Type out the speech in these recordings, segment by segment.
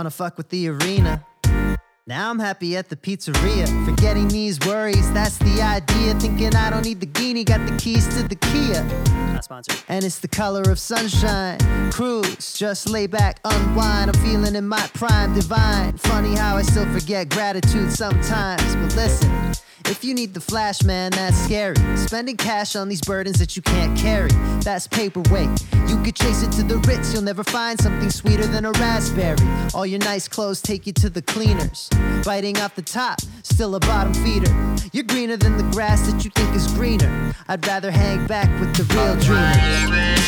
wanna fuck with the arena. Now I'm happy at the pizzeria, forgetting these worries, that's the idea. Thinking I don't need the guinea, got the keys to the Kia. Not sponsored. And it's the color of sunshine. Cruise, just lay back, unwind. I'm feeling in my prime, divine. Funny how I still forget gratitude sometimes. But listen, if you need the flash, man, that's scary. Spending cash on these burdens that you can't carry, that's paperweight. You could chase it to the Ritz, you'll never find something sweeter than a raspberry. All your nice clothes take you to the cleaners. Biting off the top, still a bottom feeder. You're greener than the grass that you think is greener. I'd rather hang back with the real dreamers.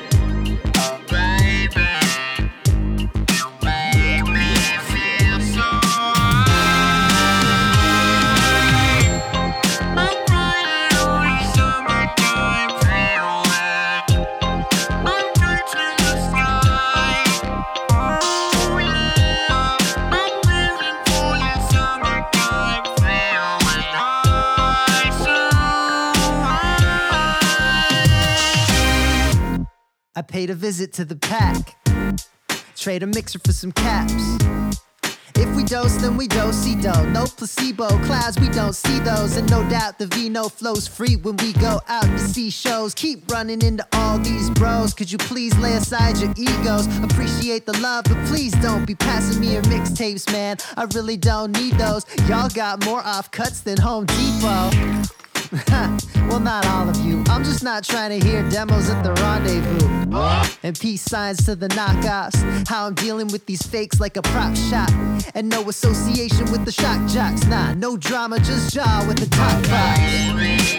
I paid a visit to the pack, trade a mixer for some caps. If we dose, then we do-si-do. No placebo, clouds, we don't see those. And no doubt the vino flows free when we go out to see shows. Keep running into all these bros. Could you please lay aside your egos? Appreciate the love, but please don't be passing me your mixtapes, man. I really don't need those. Y'all got more offcuts than Home Depot. Well, not all of you. I'm just not trying to hear demos at the rendezvous. And peace signs to the knockoffs. How I'm dealing with these fakes like a prop shop. And no association with the shock jocks. Nah, no drama, just jaw with the top box.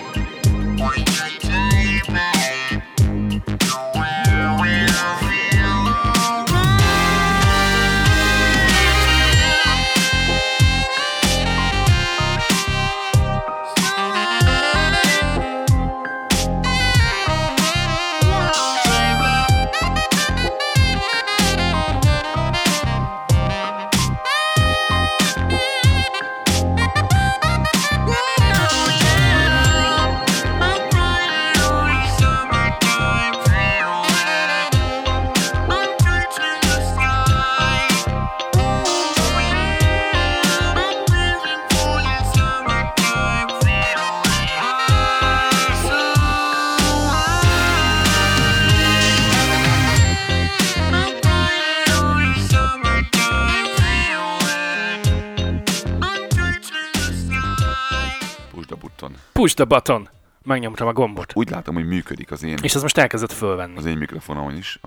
Push the button. Megnyomtam a gombot. Úgy látom, hogy működik az én... És ez most elkezdett fölvenni. Az én mikrofonom is,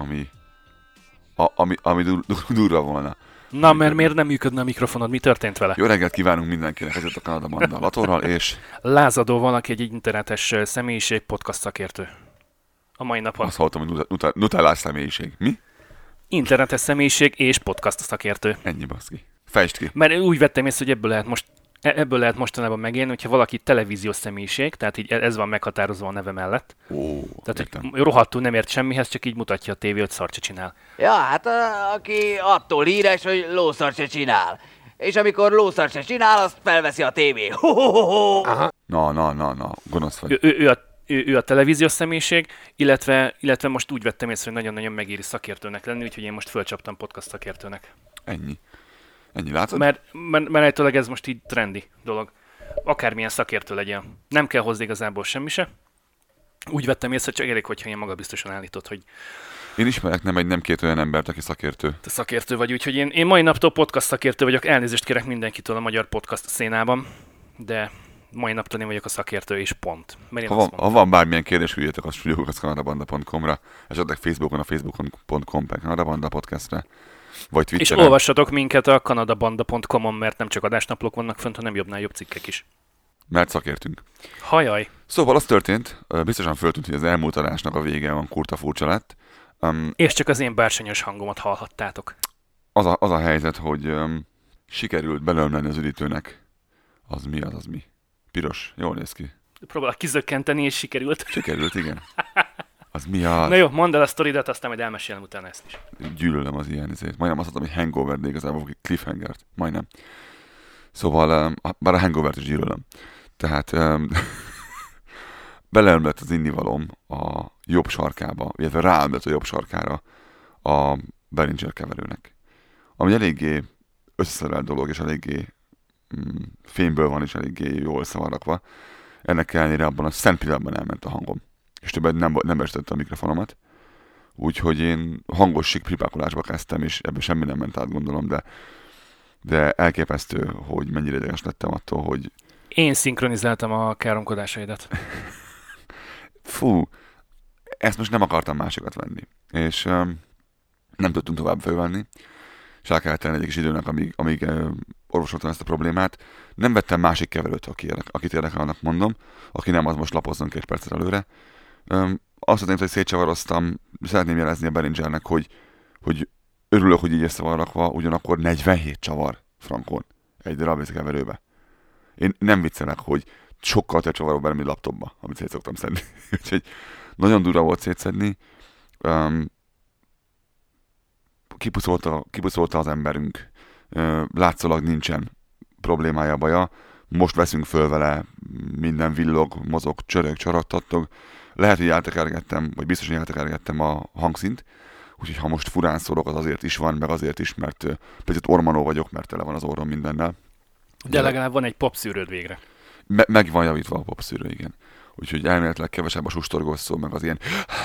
ami durva volna. Na, mert miért nem működne a mikrofonod? Mi történt vele? Jó reggelt kívánunk mindenkinek, ez a Kanada Banda Latorral, és... Lázadó valaki, egy internetes személyiség, podcast szakértő. A mai napon. Azt hallottam, hogy nutellás személyiség. Mi? Internetes személyiség és podcast szakértő. Ennyi baszki. Fejtsd ki. Mert úgy vettem észre, hogy ebből lehet mostanában megélni, hogyha valaki televíziós személyiség, tehát így ez van meghatározva a neve mellett. Tehát rohadtul nem ért semmihez, csak így mutatja a tévé, hogy szart se csinál. Ja, hát aki attól híres, hogy lószart se csinál. És amikor lószart se csinál, azt felveszi a tévé. Aha. Na, gonosz vagy. Ő a televíziós személyiség, illetve most úgy vettem észre, hogy nagyon-nagyon megéri szakértőnek lenni, úgyhogy én most fölcsaptam podcast szakértőnek. Ennyi látod? Mert állítólag ez most így trendi dolog. Akármilyen szakértő legyen. Nem kell hozzá igazából semmi se. Úgy vettem észre, csak elég, hogyha én magabiztosan állítod, hogy... Én ismerek nem két olyan embert, aki szakértő. Te szakértő vagy, úgyhogy én mai naptól podcast szakértő vagyok. Elnézést kérek mindenkitől a magyar podcast szénában, de mai naptól én vagyok a szakértő, és pont. Ha van bármilyen kérdés, üljetek a studiókackanadabanda.com-ra, esetleg Facebookon a facebook.com/kanadabanda podcastre. Vagy Twitteren. És olvassatok minket a kanadabanda.com-on, mert nem csak adásnaplók vannak fönt, hanem jobbnál jobb cikkek is. Mert szakértünk. Hajaj. Szóval az történt, biztosan föltűnt, hogy az elmúlt adásnak a vége van kurta furcsa lett. És csak az én bársonyos hangomat hallhattátok. Az a helyzet, hogy sikerült belőlem az üdítőnek. Az mi? Piros, jól néz ki. Próbálok kizökkenteni, és sikerült. Sikerült, igen. Az mi az? Na jó, mondd el a sztoridat, aztán majd elmesélem utána ezt is. Gyűlölöm az ilyen izét. Majdnem azt mondtam, hogy hangover, de igazából cliffhangert. Majdnem. Szóval, bár a hangovert is gyűlölöm. Tehát beleömlett az innivalom a jobb sarkába, illetve ráömlett a jobb sarkára a Behringer keverőnek. ami eléggé összeszerelt dolog, és eléggé fényből van, és eléggé jól összevarrakva. Ennek ellenére abban a szent pillanatban elment a hangom. És többet nem estettem a mikrofonomat. Úgyhogy én hangos pripákolásba kezdtem, és ebből semmi nem ment át, gondolom, de elképesztő, hogy mennyire ideges lettem attól, hogy... Én szinkronizáltam a káromkodásaidat. Fú, ezt most nem akartam másokat venni. És nem tudtunk tovább fölvenni, és el kellett tenni egy kis időnek, amíg orvosoltam ezt a problémát. Nem vettem másik keverőt, akit érdekelnek, mondom. Aki nem, az most lapozzon 2 percet előre. Azt szeretném, hogy szétcsavaroztam, szeretném jelezni a Behringernek, hogy örülök, hogy így össze van rakva, ugyanakkor 47 csavar frankon egy darab keverőbe. Én nem viccelek, hogy sokkal több csavarok benne, mint laptopba, amit szét szoktam szedni. Úgyhogy nagyon durva volt szétszedni. Kipuszolta az emberünk. Látszólag nincsen problémája, baja. Most veszünk föl vele, minden villog, mozog, csörög, csarattattog. Lehet, hogy eltekergettem, vagy biztos, hogy eltekergettem a hangszint. Úgyhogy ha most furán szólok, az azért is van, meg azért is, mert picit ormanó vagyok, mert tele van az orrom mindennel. De legalább van egy popszűrőd végre. Meg van javítva a popszűrő, igen. Úgyhogy elméletileg kevesebb a sustorgós szó, meg az ilyen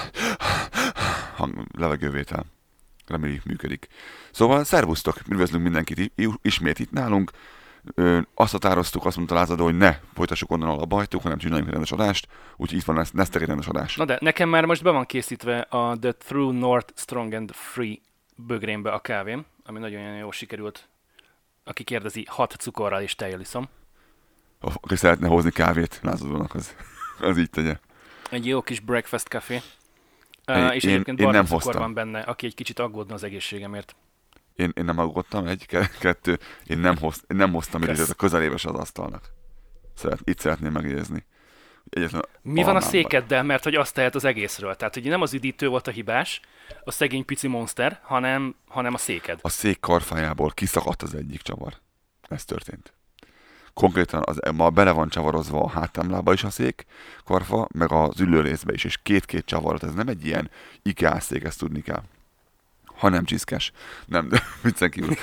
levegővétel. Reméljük működik. Szóval szervusztok, üdvözlünk mindenkit ismét itt nálunk. Azt határoztuk, azt mondta Lázadó, hogy ne folytassuk onnan, ahol abba hanem csináljunk rendes adást, úgyhogy itt van Neszteri rendes adás. Na de nekem már most be van készítve a The True North Strong and Free bögrémbe a kávém, ami nagyon jól sikerült. Aki kérdezi, 6 cukorral és tejjel iszom. Aki szeretne hozni kávét Lázadónak, az így tegye. Egy jó kis breakfast café. És én egyébként barna nem cukor hoztam. van benne, aki egy kicsit aggódna az egészségemért. Én nem aggódtam, 1, 2, én nem hoztam időt a közelébe az asztalnak. Itt szeretném megjegyezni. Mi van a székeddel, mert hogy azt tehet az egészről? Tehát ugye nem az üdítő volt a hibás, a szegény pici monster, hanem a széked. A szék karfájából kiszakadt az egyik csavar. Ez történt. Konkrétan ma bele van csavarozva a háttámlába is a szék karfa, meg az ülőrészbe is, és 2 csavarot. Ez nem egy ilyen IKEA szék, ezt tudni kell. Hanem csiszkes. Nem, de viccen kívül.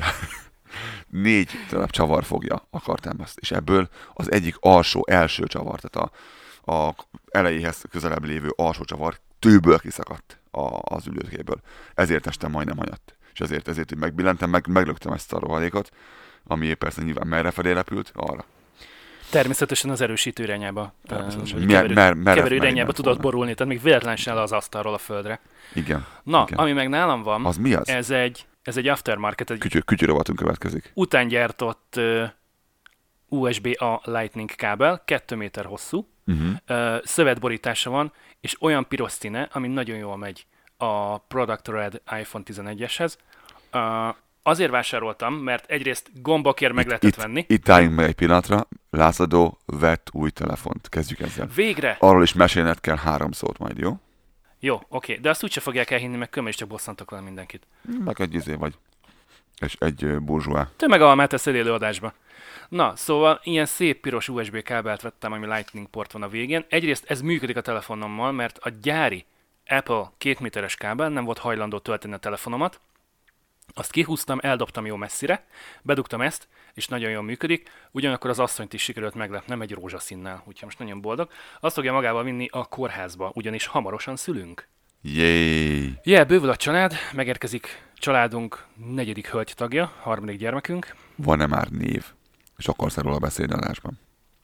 4 darab csavarfogja akartam ezt, és ebből az egyik első csavar, tehát a elejéhez közelebb lévő alsó csavar tőből kiszakadt az ülőkéből. Ezért estem majdnem hanyat. És ezért megbillentem, meglöktem ezt a rohadékot, ami persze nyilván merrefelé repült, arra. Természetesen az erősítő irányába. Keverő irányába tudott borulni, tehát még véletlen sem le az asztalról a földre. Igen. Na, igen. Ami meg nálam van, az mi az? Ez egy aftermarket, Kütyürovatunk következik. Utángyártott USB-A Lightning kábel, 2 méter hosszú, szövetborítása van, és olyan piros színe, ami nagyon jól megy a Product Red iPhone 11-eshez. Azért vásároltam, mert egyrészt gombakért meg lehetett venni. Itt álljunk meg egy pillanatra. Lázadó vett új telefont. Kezdjük ezzel. Végre! Arról is mesélned kell 3 szót majd, jó? Jó, oké. De azt úgyse fogják elhinni, meg különben is csak bosszantok vele mindenkit. Meg egy vagy. És egy burzsóá. Te meg almát teszed élőadásba. Na, szóval ilyen szép piros USB kábelt vettem, ami Lightning port van a végén. Egyrészt ez működik a telefonommal, mert a gyári Apple 2 méteres kábel nem volt hajlandó tölteni a telefonomat. Azt kihúztam, eldobtam jó messzire, bedugtam ezt, és nagyon jól működik. Ugyanakkor az asszonyt is sikerült meglepnem egy rózsaszínnel, úgyhogy most nagyon boldog. Azt fogja magával vinni a kórházba, ugyanis hamarosan szülünk. Jéj! Bővül a család, megérkezik családunk 4. hölgytagja, 3. gyermekünk. Van-e már név? És akarsz róla beszélni adásban?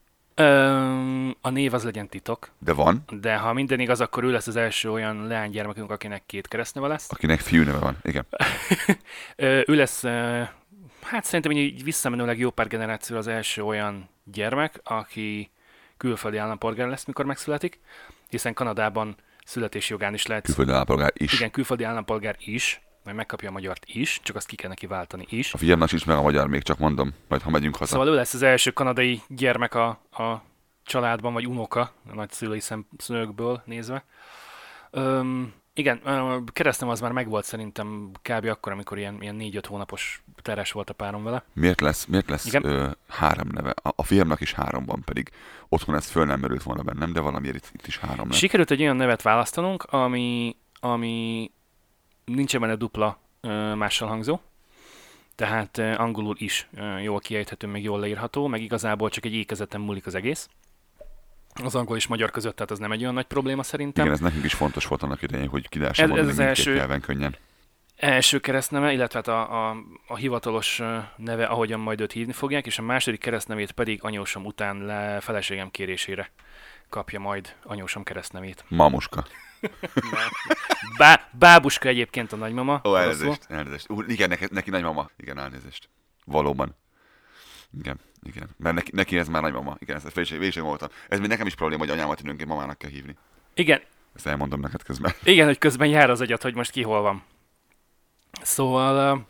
A név az legyen titok. De van? De ha minden igaz, akkor ő lesz az első olyan leánygyermekünk, akinek 2 keresztneve lesz. Akinek fiúneve van, igen. Ő lesz, hát szerintem így visszamenőleg jó pár generáció az első olyan gyermek, aki külföldi állampolgár lesz, mikor megszületik, hiszen Kanadában születési jogán is lehet. Külföldi állampolgár is. Igen, külföldi állampolgár is, majd megkapja a magyart is, csak azt ki kell neki váltani is. A figyelmnek sincs meg a magyar, még csak mondom, majd ha megyünk haza. Szóval ő lesz az első kanadai gyermek a családban, vagy unoka, a nagyszülői szemszögből nézve. Igen, keresztem az már megvolt szerintem kb. Akkor, amikor ilyen 4-5 hónapos terhes volt a párom vele. Miért lesz 3 neve? A fiamnak is 3 van, pedig otthon ez föl nem merült volna bennem, de valamiért itt is 3 lett. Sikerült egy olyan nevet választanunk, ami nincsen benne dupla mással hangzó. tehát angolul is jól kiejthető, meg jól leírható, meg igazából csak egy ékezeten múlik az egész. Az angol és magyar között, tehát az nem egy olyan nagy probléma szerintem. Igen, ez nekünk is fontos volt annak idején, hogy ki lehessen mondani mindkét nyelven könnyen. Első keresztneve, illetve hát a hivatalos neve, ahogyan majd őt hívni fogják, és a második keresztnevét pedig anyósom után feleségem kérésére kapja majd anyósom keresztnevét. Mamuska. Bábuska egyébként a nagymama. Ó, elnézést. Igen, neki nagymama. Igen, elnézést. Valóban. Igen. Mert neki ez már nagymama. Igen, ezt végig voltam. Ez még nekem is probléma, hogy anyámat időnként mamának kell hívni. Igen. Ezt elmondom neked közben. Igen, hogy közben jár az agyat, hogy most ki hol van. Szóval...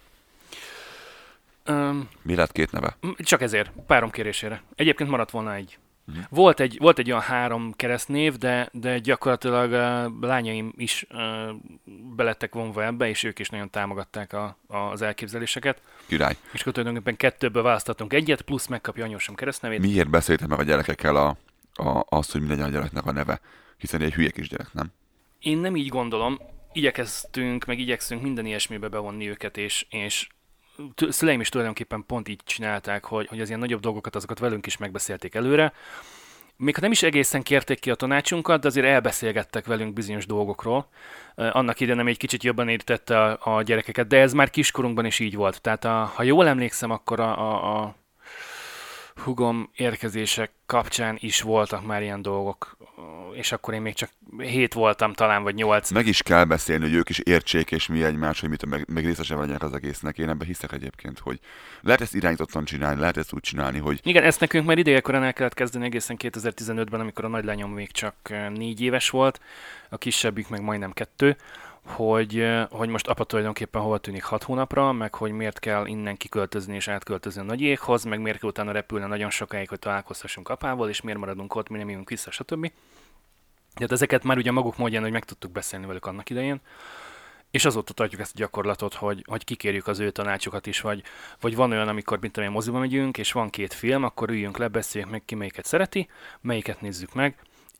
Mi lett két neve? Csak ezért, párom kérésére. Egyébként maradt volna egy. Volt egy olyan 3 keresztnév, de gyakorlatilag lányaim is belettek vonva ebbe, és ők is nagyon támogatták az elképzeléseket. Király. És akkor tulajdonképpen 2-ből választottunk egyet, plusz megkapja anyósom keresztnevét. Miért beszéltek meg a gyerekekkel azt, hogy mi legyen a gyereknek a neve? Hiszen egy hülye kis gyerek, nem? Én nem így gondolom. Igyekszünk minden ilyesmibe bevonni őket, és szüleim is tulajdonképpen pont így csinálták, hogy az ilyen nagyobb dolgokat azokat velünk is megbeszélték előre. Még ha nem is egészen kérték ki a tanácsunkat, de azért elbeszélgettek velünk bizonyos dolgokról. Annak idején egy kicsit jobban értette a gyerekeket, de ez már kiskorunkban is így volt. Tehát ha jól emlékszem, akkor a hugom érkezések kapcsán is voltak már ilyen dolgok, és akkor én még csak 7 voltam talán, vagy 8. Meg is kell beszélni, hogy ők is értsék, és mi egymás, hogy meg részesen legyenek az egésznek. Én ebben hiszek egyébként, hogy lehet ezt irányítottan csinálni, lehet ezt úgy csinálni, hogy... Igen, ezt nekünk már idejekorán el kellett kezdeni egészen 2015-ben, amikor a nagylányom még csak 4 éves volt, a kisebbik meg majdnem 2, hogy most apa tulajdonképpen hova tűnik 6 hónapra, meg hogy miért kell innen kiköltözni és átköltözni a nagyékhoz, meg miért kell utána repülne nagyon sokáig, hogy találkozhassunk apával, és miért maradunk ott, mi nem jövünk vissza, stb. Tehát ezeket már ugye maguk módján, hogy meg tudtuk beszélni velük annak idején, és azóta tartjuk ezt a gyakorlatot, hogy kikérjük az ő tanácsokat is, vagy van olyan, amikor mint amilyen moziba megyünk, és van 2 film, akkor üljünk le, beszéljük meg ki melyiket szereti, melyiket nézzük meg,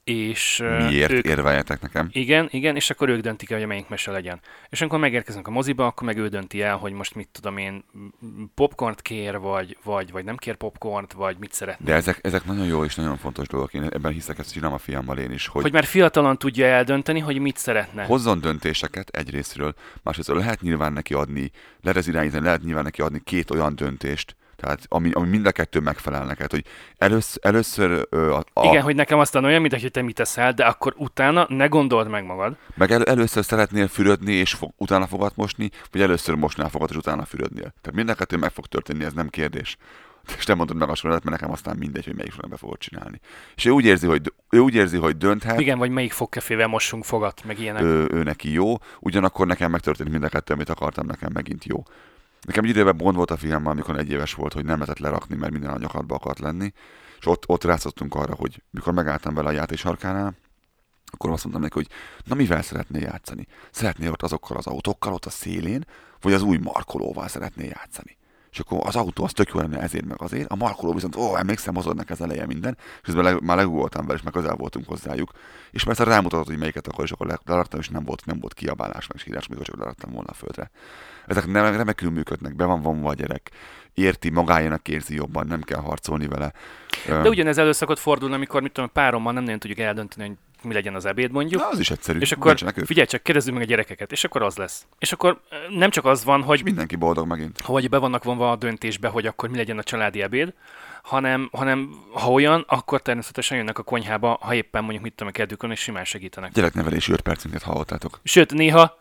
és miért érveljetek nekem? Igen, és akkor ők döntik el, hogy melyik mese legyen. És amikor megérkezünk a moziba, akkor meg ő dönti el, hogy most mit tudom én, popcornt kér, vagy nem kér popcornt, vagy mit szeretne. De ezek nagyon jó és nagyon fontos dolgok. Én ebben hiszek, ezt csinálom a fiammal én is. Hogy már fiatalon tudja eldönteni, hogy mit szeretne. Hozzon döntéseket egyrésztről, másrészt lehet nyilván neki adni, lehet ez irányítani, lehet nyilván neki adni 2 olyan döntést, tehát ami mind a 2 megfelel neked, hogy először... Igen, hogy nekem aztán olyan, mint hogy te mit teszel, de akkor utána ne gondold meg magad. Meg először szeretnél fürödni, és utána fogad mosni, vagy először mosnál fogad, és utána fürödnél. Tehát mind a 2 meg fog történni, ez nem kérdés. És nem mondod meg a sorodat, mert nekem aztán mindegy, hogy melyik sorban be fogod csinálni. És ő úgy érzi, hogy dönthet. Igen, vagy melyik fogkefével mossunk fogat, meg ilyenek. Ő neki jó, ugyanakkor nekem megtörtént mind a 2, amit akartam, nekem megint jó. Nekem egy időben gond volt a fiammal, amikor 1 éves volt, hogy nem lehetett lerakni, mert minden a nyakadba akart lenni. És ott rátszottunk arra, hogy mikor megálltam vele a játéksarkánál, akkor azt mondtam neki, hogy na mivel szeretnél játszani? Szeretnél ott azokkal az autókkal ott a szélén, vagy az új markolóval szeretnél játszani? És akkor az autó az tök jó lenne ezért meg azért, a markoló viszont, emlékszem, mozognak ez eleje minden, és közben már legugoltam vele, és már közel voltunk hozzájuk. És persze rámutatott, hogy melyiket akar, és akkor leraktam, és nem volt kiabálás, meg sírás, mikor csak leraktam volna a földre. Ezek remekül működnek, be van vonva a gyerek, érti, magájának érzi jobban, nem kell harcolni vele. De ugyanez elő szokott fordulni, amikor mit tudom, párommal nem nagyon tudjuk eldönteni, hogy mi legyen az ebéd mondjuk. Na, az is egyszerű. És akkor figyelj csak, kérdezzük meg a gyerekeket, és akkor az lesz. És akkor nem csak az van, hogy mindenki boldog megint. Hogy be vannak vonva a döntésbe, hogy akkor mi legyen a családi ebéd, hanem ha olyan, akkor természetesen jönnek a konyhába, ha éppen mondjuk mit tudom, a kedvükön, és simán segítenek. Gyereknevelési 5 percünket hallottátok. Sőt,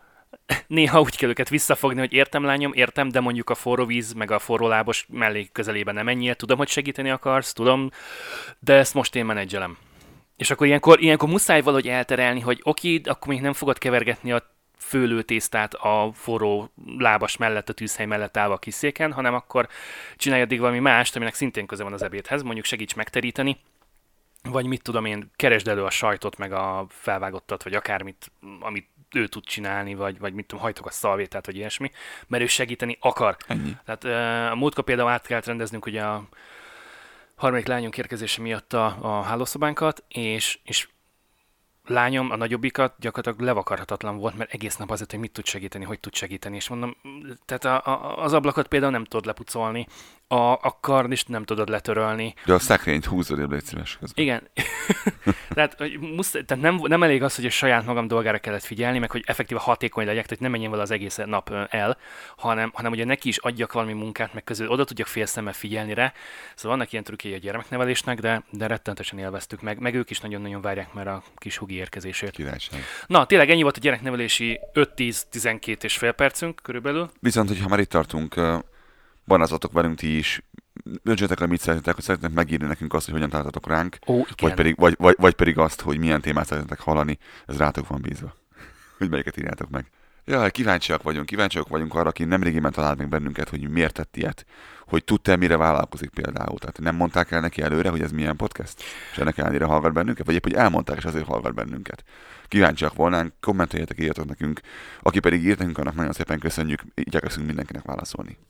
néha úgy kell őket visszafogni, hogy értem lányom, értem, de mondjuk a forró víz, meg a forró lábos mellé közelében nem menjél, tudom, hogy segíteni akarsz, tudom, de ezt most én menedzselem. És akkor ilyenkor muszáj valahogy elterelni, hogy oké, akkor még nem fogod kevergetni a főlőtésztát a forró lábas mellett, a tűzhely mellett állva a kis széken, hanem akkor csinálj addig valami mást, aminek szintén köze van az ebédhez, mondjuk segíts megteríteni, vagy mit tudom én, keresd elő a sajtot, meg a felvágottat, vagy akármit, amit ő tud csinálni, vagy mit tudom, hajtok a szalvétát, vagy ilyesmi, mert ő segíteni akar. Ennyi. Tehát a múltkor például át kellett rendeznünk ugye a harmadik lányunk érkezése miatt a hálószobánkat, és lányom, a nagyobbikat gyakorlatilag levakarhatatlan volt, mert egész nap azért, hogy mit tud segíteni, hogy tud segíteni. És mondom, tehát az ablakot például nem tudod lepucolni, a karnist nem tudod letörölni. De a szekrényt húzod, légy szíves közben. Igen. tehát nem elég az, hogy a saját magam dolgára kellett figyelni, meg hogy effektíve hatékony legyek, tehát nem menjen vele az egész nap el, hanem ugye neki is adjak valami munkát, meg közül oda tudjak fél szemmel figyelni rá. Szóval vannak ilyen trükkjei a gyermeknevelésnek, de rettenetesen élveztük meg ők is nagyon-nagyon várják már a kis Hugi érkezését. Királyság. Na, tényleg ennyi volt a gyereknevelési 5-10-12 és fél percünk körülbelül. Viszont, hogyha már itt tartunk, barázatok velünk ti is, döntsetek le, mit szeretnétek, hogy szeretnétek megírni nekünk azt, hogy hogyan találtatok ránk, vagy pedig azt, hogy milyen témát szeretnétek hallani, ez rátok van bízva, hogy melyiket írjátok meg. Ja, kíváncsiak vagyunk arra, aki nemrégiben talált meg bennünket, hogy miért tett ilyet, hogy tudta mire vállalkozik például. Tehát nem mondták el neki előre, hogy ez milyen podcast, és ennek ellenére hallgat bennünket, vagy épp, hogy elmondták, és azért hallgat bennünket. Kíváncsiak volnánk, kommenteljetek, írjatok nekünk. Aki pedig írt nekünk, annak nagyon szépen köszönjük, igyekszünk mindenkinek válaszolni.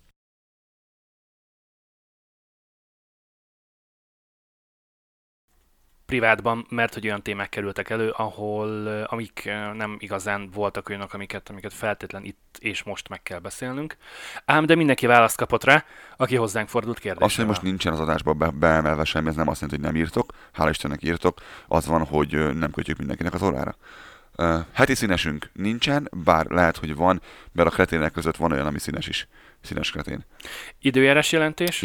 Privátban, mert hogy olyan témák kerültek elő, amik nem igazán voltak olyanok, amiket feltétlen itt és most meg kell beszélnünk. Ám de mindenki választ kapott rá, aki hozzánk fordult kérdésre. Azt, hogy most nincsen az adásban beemelve semmi, ez nem azt jelenti, hogy nem írtok. Hála Istennek írtok. Az van, hogy nem kötjük mindenkinek az órára. Heti színesünk nincsen, bár lehet, hogy van, mert a kretének között van olyan, ami színes is. Színes kretén. Időjárás jelentés.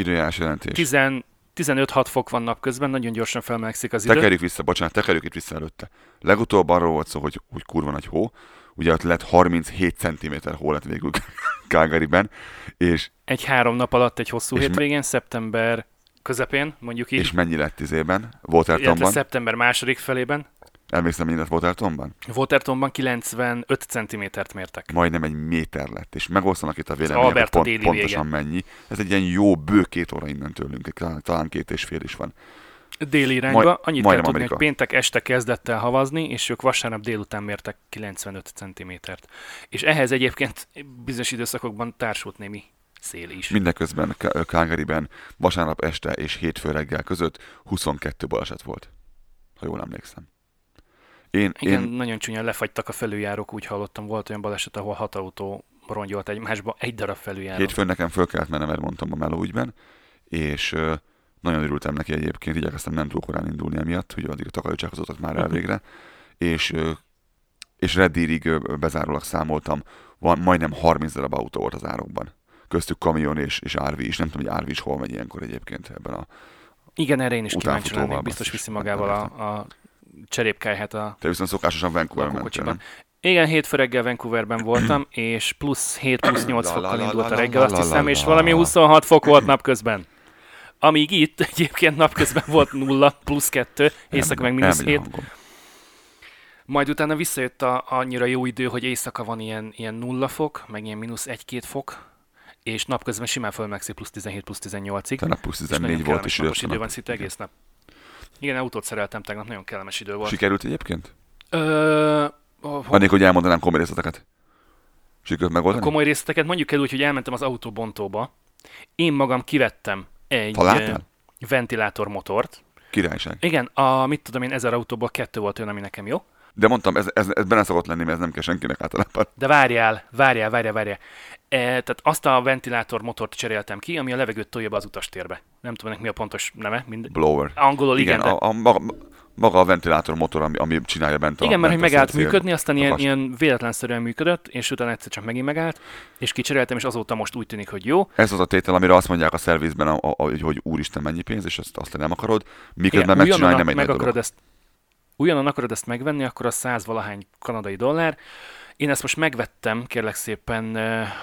15-6 fok van napközben, nagyon gyorsan felmelegszik az idő. Tekerjük itt vissza előtte. Legutóbb arról volt szó, hogy kurva nagy hó. Ugye ott lett 37 cm hó lett végül Calgaryben. És egy 3 nap alatt egy hosszú hétvégén, szeptember közepén, mondjuk így. És mennyi lett izében? Watertonban? Szeptember második felében. Emlékszem, mennyi lett Watertonban? Watertonban 95 cm-t mértek. Majdnem egy méter lett, és megosztanak itt a vélemények, pontosan mennyi. Ez egy ilyen jó bő 2 óra innen tőlünk, talán 2,5 is van. Déli irányba, annyit kell tudni, Amerika. hogy péntek este kezdett el havazni, és ők vasárnap délután mértek 95 cm-t. És ehhez egyébként bizonyos időszakokban társult némi szél is. Mindeközben Calgaryben vasárnap este és hétfő reggel között 22 baleset volt, ha jól emlékszem. Nagyon csúnyán lefagytak a felüljárók, úgy hallottam, volt olyan baleset, ahol 6 autó rongyolt egymásba, egy darab felüljáró. Hétfőn nekem föl kellett mennem Edmontonba a melóügyben, és nagyon örültem neki egyébként, igyekeztem nem túl korán indulni emiatt, hogy addig takarítsák az utat már elvégre, és Red Deerig bezárólag számoltam, majdnem 30 darab autó volt az árokban. Köztük kamion és RV is, nem tudom, hogy RV is hol megy ilyenkor egyébként ebben a igen, erre én is kíváncsi lennék, biztos viszi magával a cserépkályhát Te viszont szokásosan Vancouverben mentél. Igen, hétfő reggel Vancouverben voltam, és plusz 7-8 fokkal indult a reggel, azt hiszem, és valami 26 fok volt napközben. Amíg itt egyébként napközben volt 0, plusz 2, éjszaka meg -7. Majd utána visszajött annyira jó idő, hogy éjszaka van ilyen 0 fok, meg ilyen -1-2 fok, és napközben simán fölmelegszik plusz 17, plusz 18-ig. Tehát plusz 14 volt is idő van szinte egész nap. Igen, autót szereltem tegnap, nagyon kellemes idő volt. Sikerült egyébként? Annélkül, hogy elmondanám komoly részleteket. Sikerült megoldani? A komoly részleteket mondjuk el úgy, hogy elmentem az autóbontóba. Én magam kivettem egy ventilátormotort. Királyság. Igen, mit tudom én, 1000 autóból 2 volt olyan, ami nekem jó. De mondtam, ez benne szokott lenni, mert ez nem kell senkinek általában. De várjál. Tehát azt a ventilátormotort cseréltem ki, ami a levegőt tolja be az utastérbe. Nem tudom, ennek mi a pontos neve. Blower. Angolul igen. Maga a ventilátormotor, ami csinálja bent a... Igen, mert hogy megállt működni, aztán ilyen véletlenszerűen működött, és utána egyszer csak megint megállt, és kicseréltem, és azóta most úgy tűnik, hogy jó. Ez az a tétel, amire azt mondják a szervizben, hogy úristen mennyi pénz, és azt nem akarod, miközben megcsinálni nem egy nagy dolog. Újonnan akarod ezt megvenni, akkor az 100 valahány kanadai dollár. Én ezt most megvettem, kérlek szépen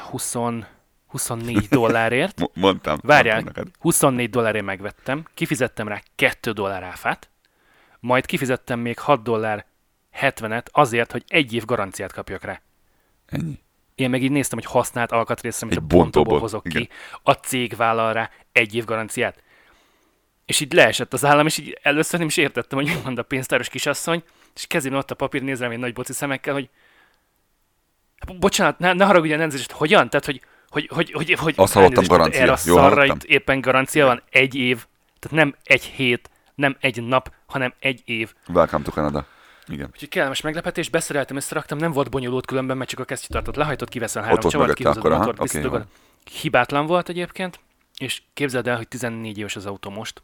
24 dollárért. Mondtam. Várjál, 24 dollárért megvettem, kifizettem rá 2 dollár áfát, majd kifizettem még 6 dollár 70-et azért, hogy 1 év garanciát kapjak rá. Ennyi? Én meg így néztem, hogy használt alkatrészre, amit a bontóból hozok ki. A cég vállal rá 1 év garanciát. És így leesett az állam, és így először nem is értettem, hogy mit mond a pénztáros kisasszony, és kezében ott a papír, néz rám egy nagy boci szemekkel, hogy bocsánat, ne haragudj a nemzést, hogyan? Tehát, hogy azt hallottam, garancia. Erre a szarra itt éppen garancia van 1 év, tehát nem 1 hét, nem 1 nap, hanem 1 év. Welcome to Canada. Igen. Úgyhogy kellemes meglepetés, beszereltem, összeraktam, nem volt bonyolult különben, mert csak a kesztyűtartót lehajtott, kiveszel 3 volt csavart, mögötte kihúzod a akkor, motort, aha, visszadugod. Hibátlan volt egyébként, és képzeld el, hogy 14 éves az autó most,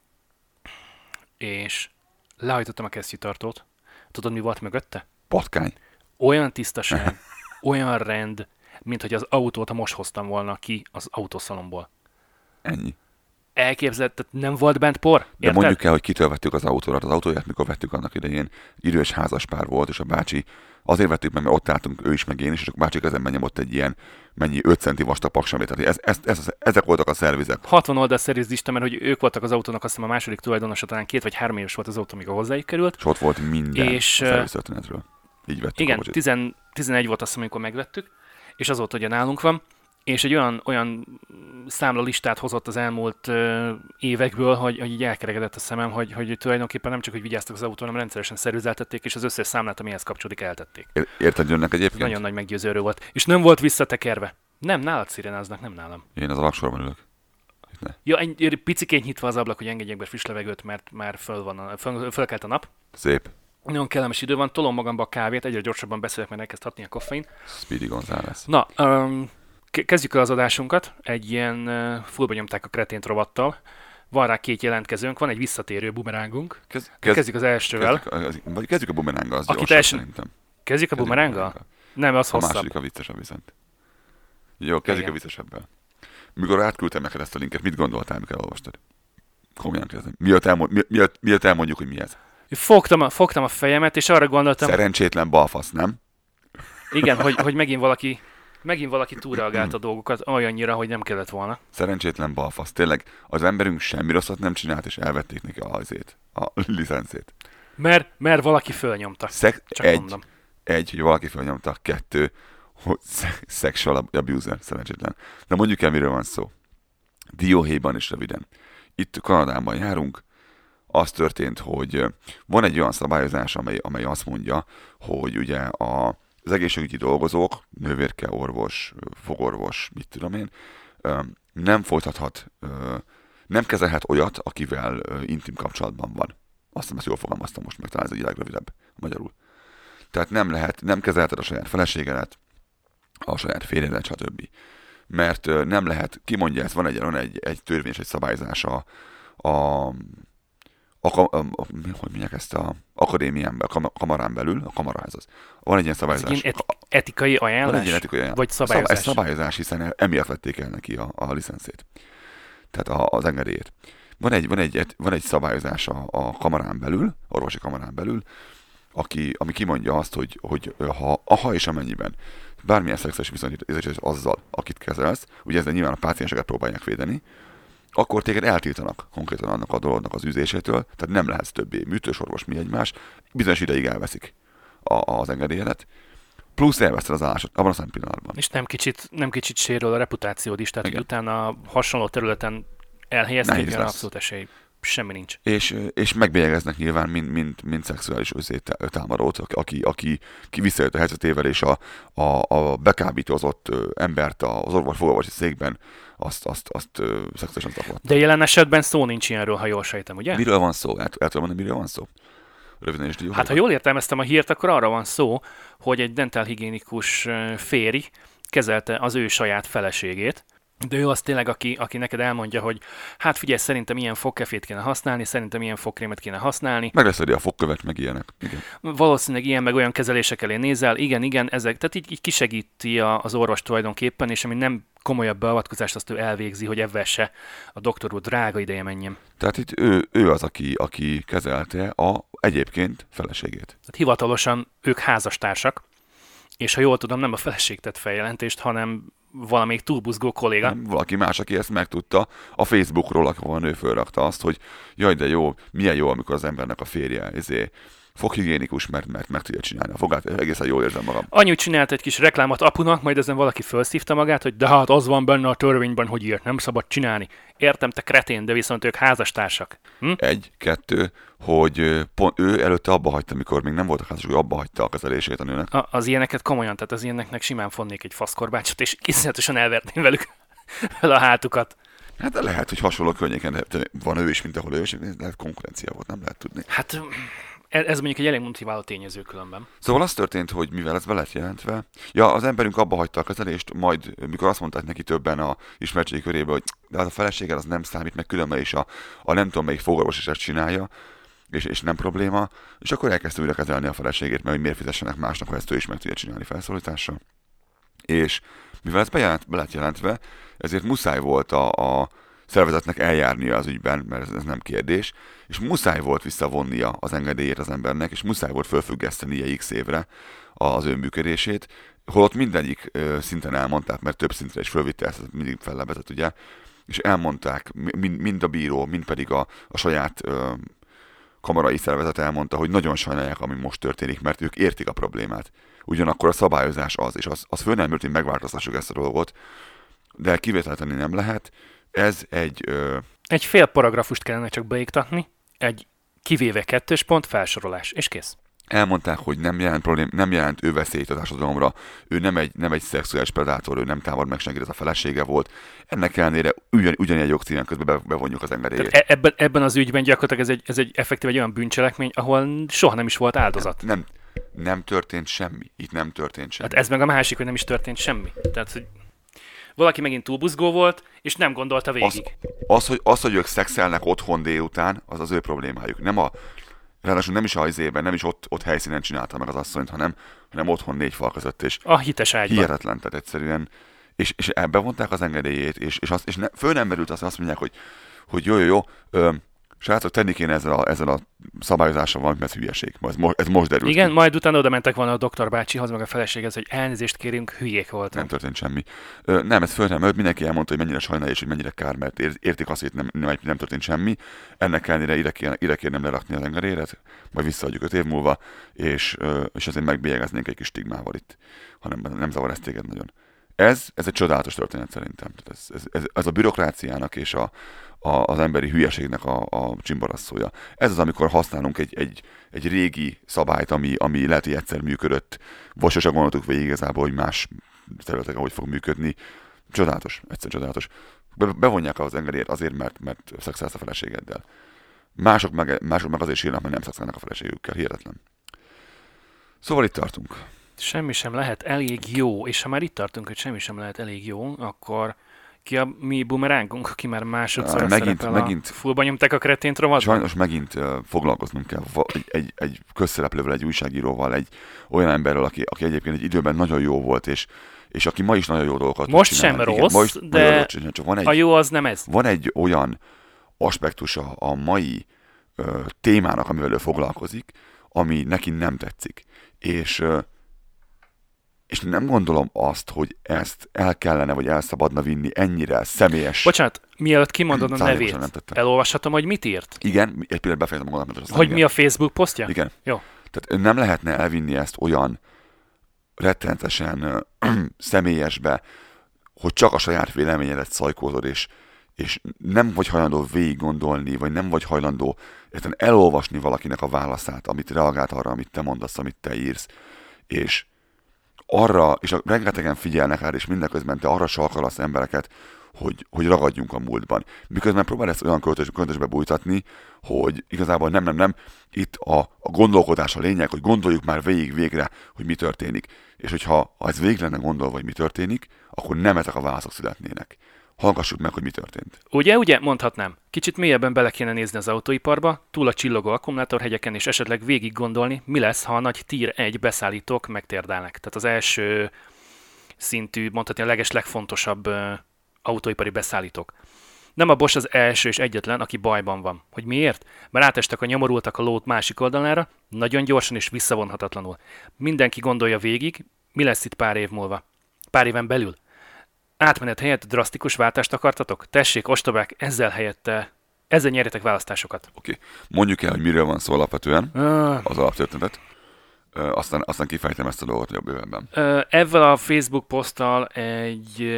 és lehajtottam a kesztyűtartót. Tudod, mi volt mögötte? Patkány. Olyan tisztaság, olyan rend, mint hogy az autót most hoztam volna ki az autószalomból. Ennyi. Elképzeld, tehát nem volt bent por? De Érted? mondjuk el, hogy kitől vettük az autót. Az autóját mikor vettük annak idején, idős házaspár volt, és a bácsi azért vettük meg, mert ott álltunk ő is, meg én is, és a bácsi kezemben nyomott egy ilyen 5 centi vastag paksamét. Tehát ezek voltak a szervizek. 60 oldal szerűziste, mert hogy ők voltak az autónak, azt hiszem a második tulajdonosa, talán 2 vagy 3 éves volt az autó, mikor hozzájuk került. És ott volt minden És, a szerviztörténetről. Így vettük Igen, a kocsit. 11 volt azt hiszem, amikor megvettük, és azóta ugye nálunk van, és egy olyan számlalistát hozott az elmúlt évekből, hogy így elkerekedett a szemem, hogy tulajdonképpen nem csak, hogy vigyáztak az autón, hanem rendszeresen szervizeltették, és az összes számlát, amihez kapcsolódik, eltették. Érted jönnek egyébként? Nagyon nagy meggyőző erő volt. És nem volt visszatekerve. Nem, nálad szirénáznak, nem nálam. Én az alaksorban ülök. Itt ne. Ja, egy piciként nyitva az ablak, hogy engedjek be friss levegőt, mert már fölkelt a nap. Szép. Nagyon kellemes idő van, tolom magamba a kávét, egyre gyorsabban beszélek, mert elkezd hatni a koffein. Speedy González. Na, kezdjük el az adásunkat. Egy ilyen fullba nyomták a kretént rovattal. Van rá 2 jelentkezőnk, van egy visszatérő bumerángunk. Kezdjük az elsővel. Kezdjük a bumeránggal, az Akit gyorsabb első- szerintem. Kezdjük a bumeránggal? Nem, az A hosszabb. második a viccesebb viszont. Jó, kezdjük Igen. a viccesebbel. Mikor átküldtem neked ezt a linket, mit gondoltál, mikor elolvastad? Komolyan kérdezem. Miért elmondjuk, hogy mi ez? Fogtam a fejemet, és arra gondoltam, Szerencsétlen balfasz, nem? igen, hogy megint valaki túlreagált a dolgokat olyannyira, hogy nem kellett volna. Szerencsétlen balfasz. Tényleg, az emberünk semmi rosszat nem csinált, és elvették neki a licencét. Mert valaki fölnyomta. Csak mondom. Hogy valaki felnyomta, 2, hogy sexual abuser, szerencsétlen. De mondjuk el, miről van szó. Dióhéjban is röviden. Itt Kanadában járunk, az történt, hogy van egy olyan szabályozás, amely azt mondja, hogy ugye az egészségügyi dolgozók, nővérke, orvos, fogorvos, mit tudom én, nem folytathat, nem kezelhet olyat, akivel intim kapcsolatban van. Azt hiszem, ezt jól fogalmaztam most meg, talán ez egy legrövidebb magyarul. Tehát nem kezelheted a saját feleségedet, a saját férjedet, stb. Mert nem lehet, ki mondja ezt, van egy törvényes, egy szabályzás hogy mondják ezt a akadémián belül, a kamarán belül, a kamaraház az. Van egy ilyen szabályozás. Ez egy etikai ajánlás? Van egy ilyen etikai ajánlás. Vagy szabályozás? Ez szabályozás, hiszen emiatt vették el neki a licenszét. Tehát az engedélyét. Van egy szabályozás a kamarán belül, orvosi kamarán belül, ami kimondja azt, hogy ha és amennyiben bármilyen szexuális viszonyt érzés azzal, akit kezelsz, ugye ezzel nyilván a pácienseket próbálják védeni, akkor téged eltiltanak konkrétan annak a dolognak az űzésétől, tehát nem lehetsz többé műtősorvos, mi egymás, bizonyos ideig elveszik az engedélyedet, plusz elveszted az állásod abban a szempillanatban. És nem kicsit sérül a reputációd is, tehát Igen. hogy utána hasonló területen elhelyezték, Nehéz olyan lesz. abszolút esély. Semmi nincs. És megbélyegeznek nyilván, mint szexuális támadót, aki visszajött a helyzetével, és a bekábítozott embert az fogorvosi székben azt szexuálisan zaklatta. De jelen esetben szó nincs ilyenről, ha jól sejtem, ugye? Miről van szó? El tudom mondani, miről van szó? Röviden és dióhéjban. Hát ha jól értelmeztem a hírt, akkor arra van szó, hogy egy dentálhigiénikus férj kezelte az ő saját feleségét, de ő az tényleg, aki neked elmondja, hogy hát figyelj, szerintem ilyen fogkefét kéne használni, szerintem ilyen fogkrémet kéne használni. Megleszedi a fogkövet, meg ilyenek. Igen. Valószínűleg ilyen meg olyan kezelések elé nézel, igen, ezek, tehát így kisegíti az orvos tulajdonképpen, és ami nem komolyabb beavatkozást, azt ő elvégzi, hogy ebben se a doktor úr drága ideje menjen. Tehát itt ő az, aki kezelte egyébként feleségét. Tehát hivatalosan ők házastársak, és ha jól tudom, nem a feleség tett feljelentést, hanem valamelyik túlbuzgó kolléga. Nem, valaki más, aki ezt megtudta a Facebookról, ahol a nő fölrakta azt, hogy jaj, de jó, milyen jó, amikor az embernek a férje foghigiénikus, mert meg tudja csinálni a fogát, egészen jól érzem magam. Anyu csinált egy kis reklámot apunak, majd ezen valaki felszívta magát, hogy de hát az van benne a törvényben, hogy ilyet nem szabad csinálni. Értem, te kretén, de viszont ők házastársak. 1, 2, hogy pont ő előtte abba hagyta, mikor még nem voltak házasok, hogy abba hagyta a kezelését a nőnek. Az ilyeneket komolyan, tehát az ilyeneknek simán fonnék egy faszkorbácsot, és iszonyatosan elvertném velük fel a hátukat. Hát de lehet, hogy hasonló környéken van ő is, mint ahol ő is, lehet konkurencia volt, nem lehet tudni. Hát Ez mondjuk egy elég motiváló tényező különben. Szóval az történt, hogy mivel ez be lett jelentve, az emberünk abba hagyta a kezelést, majd mikor azt mondták neki többen a ismertségi körébe, hogy de hát a feleséged az nem számít, meg különben is a nem tudom melyik fogorvos is ezt csinálja, és nem probléma, és akkor elkezdte újra kezelni a feleségét, mert hogy miért fizessenek másnak, ha ezt ő is meg tudja csinálni felszólítással. És mivel ez be lett jelentve, ezért muszáj volt a szervezetnek eljárnia az ügyben, mert ez nem kérdés, és muszáj volt visszavonnia az engedélyét az embernek, és muszáj volt fölfüggesztenie x évre az önműködését, holott mindegyik szinten elmondták, mert több szintre is fölvitte ezt, mindig fellebezett, ugye, és elmondták, mind a bíró, mind pedig a saját kamarai szervezet elmondta, hogy nagyon sajnálják, ami most történik, mert ők értik a problémát. Ugyanakkor a szabályozás az, és az föl nem jött, hogy megváltoztassuk ezt a dolgot, de kivételteni nem lehet. Ez egy... Egy fél paragrafust kellene csak beiktatni, egy kivéve 2. pont felsorolás, és kész. Elmondták, hogy nem jelent ő veszélyt a társadalomra, ő nem egy szexuális predátor, ő nem támad meg senkit, ez a felesége volt. Ennek ellenére ugyanilyen jogcímen közben bevonjuk az engedélyét. Ebben az ügyben gyakorlatilag ez egy effektív egy olyan bűncselekmény, ahol soha nem is volt áldozat. Nem történt semmi. Itt nem történt semmi. Hát ez meg a másik, hogy nem is történt semmi. Tehát, hogy valaki megint túl buzgó volt, és nem gondolta végig. Az, hogy ők szexelnek otthon délután, az ő problémájuk. Ráadásul nem is a izében, nem is ott helyszínen csinálta meg az asszonyt, hanem otthon 4 fal között. És a hites ágyban. Hihetetlen, tehát egyszerűen. És ebbe vonták az engedélyét, és föl nem merült azt mondják, hogy jó, srácok, tenni kéne ezzel a szabályozással valamit, mert ez hülyeség. Ez most derült. Igen, majd utána oda mentek volna a doktor bácsihoz, meg a feleséghez, hogy elnézést kérünk, hülyék voltak. Nem történt semmi. Nem, ez föl nem merült, mindenki elmondta, hogy mennyire sajnálja, és hogy mennyire kár, mert értik azt, hogy nem történt semmi. Ennek ellenére ide kérnem lerakni az engedélyet, majd visszaadjuk 5 év múlva, és azért megbélyegeznénk egy kis stigmával itt, hanem nem zavar ezt téged nagyon. Ez egy csodálatos történet szerintem. Ez a bürokráciának és az emberi hülyeségnek a csimbarasszója. Ez az, amikor használunk egy régi szabályt, ami lehet, hogy egyszer működött, vagy sose gondoltuk végig igazából, hogy más területeken hogy fog működni. Csodálatos, egyszer csodálatos. Bevonják az engedélyt azért, mert szexelsz a feleségeddel. Mások meg azért sírnak, mert nem szexelnek a feleségükkel. Hihetetlen. Szóval itt tartunk. Semmi sem lehet elég jó, és ha már itt tartunk, hogy semmi sem lehet elég jó, akkor ki a mi bumerángunk, aki már másodszor megint fullba nyomták a kretént rovatban? Sajnos megint foglalkoznunk kell egy közszereplővel, egy újságíróval, egy olyan emberrel, aki egyébként egy időben nagyon jó volt, és aki ma is nagyon jó dolgokat most sem rossz, de a jó az nem ez. Van egy olyan aspektusa a mai témának, amivel ő foglalkozik, ami neki nem tetszik. És nem gondolom azt, hogy ezt el kellene, vagy el szabadna vinni ennyire személyes... Bocsánat, mielőtt kimondod a nevét, elolvashatom, hogy mit írt? Igen, egy pillanat befejezem a gondolatot. Hogy igen. Mi a Facebook posztja? Igen. Jó. Tehát nem lehetne elvinni ezt olyan rettenetesen személyesbe, hogy csak a saját véleményedet szajkózod, és nem vagy hajlandó végig gondolni, vagy nem vagy hajlandó elolvasni valakinek a válaszát, amit reagált arra, amit te mondasz, amit te írsz, és arra, és rengetegen figyelnek rá, és mindeközben te arra sarkalasz embereket, hogy ragadjunk a múltban. Miközben próbál ezt olyan költösbe bújtatni, hogy igazából nem, itt a gondolkodás a lényeg, hogy gondoljuk már végre, hogy mi történik. És hogyha ez végig lenne gondolva, hogy mi történik, akkor nem ezek a válaszok születnének. Hallgassuk meg, hogy mi történt. Ugye, mondhatnám. Kicsit mélyebben bele kéne nézni az autóiparba, túl a csillogó akkumulátorhegyeken, és esetleg végig gondolni, mi lesz, ha a nagy Tier 1 beszállítók megtérdálnak. Tehát az első szintű, mondhatni a legfontosabb autóipari beszállítók. Nem a Bosch az első és egyetlen, aki bajban van. Hogy miért? Mert átestek a nyomorultak a lót másik oldalára, nagyon gyorsan és visszavonhatatlanul. Mindenki gondolja végig, mi lesz itt pár év múlva. Pár éven belül. Átmenet helyett drasztikus váltást akartatok? Tessék, ostobák, ezzel nyerjetek választásokat. Oké. Mondjuk el, hogy miről van szó alapvetően, az alaptörténetet. Aztán kifejtem ezt a dolgot jobb bővenben. Ezzel a Facebook poszttal egy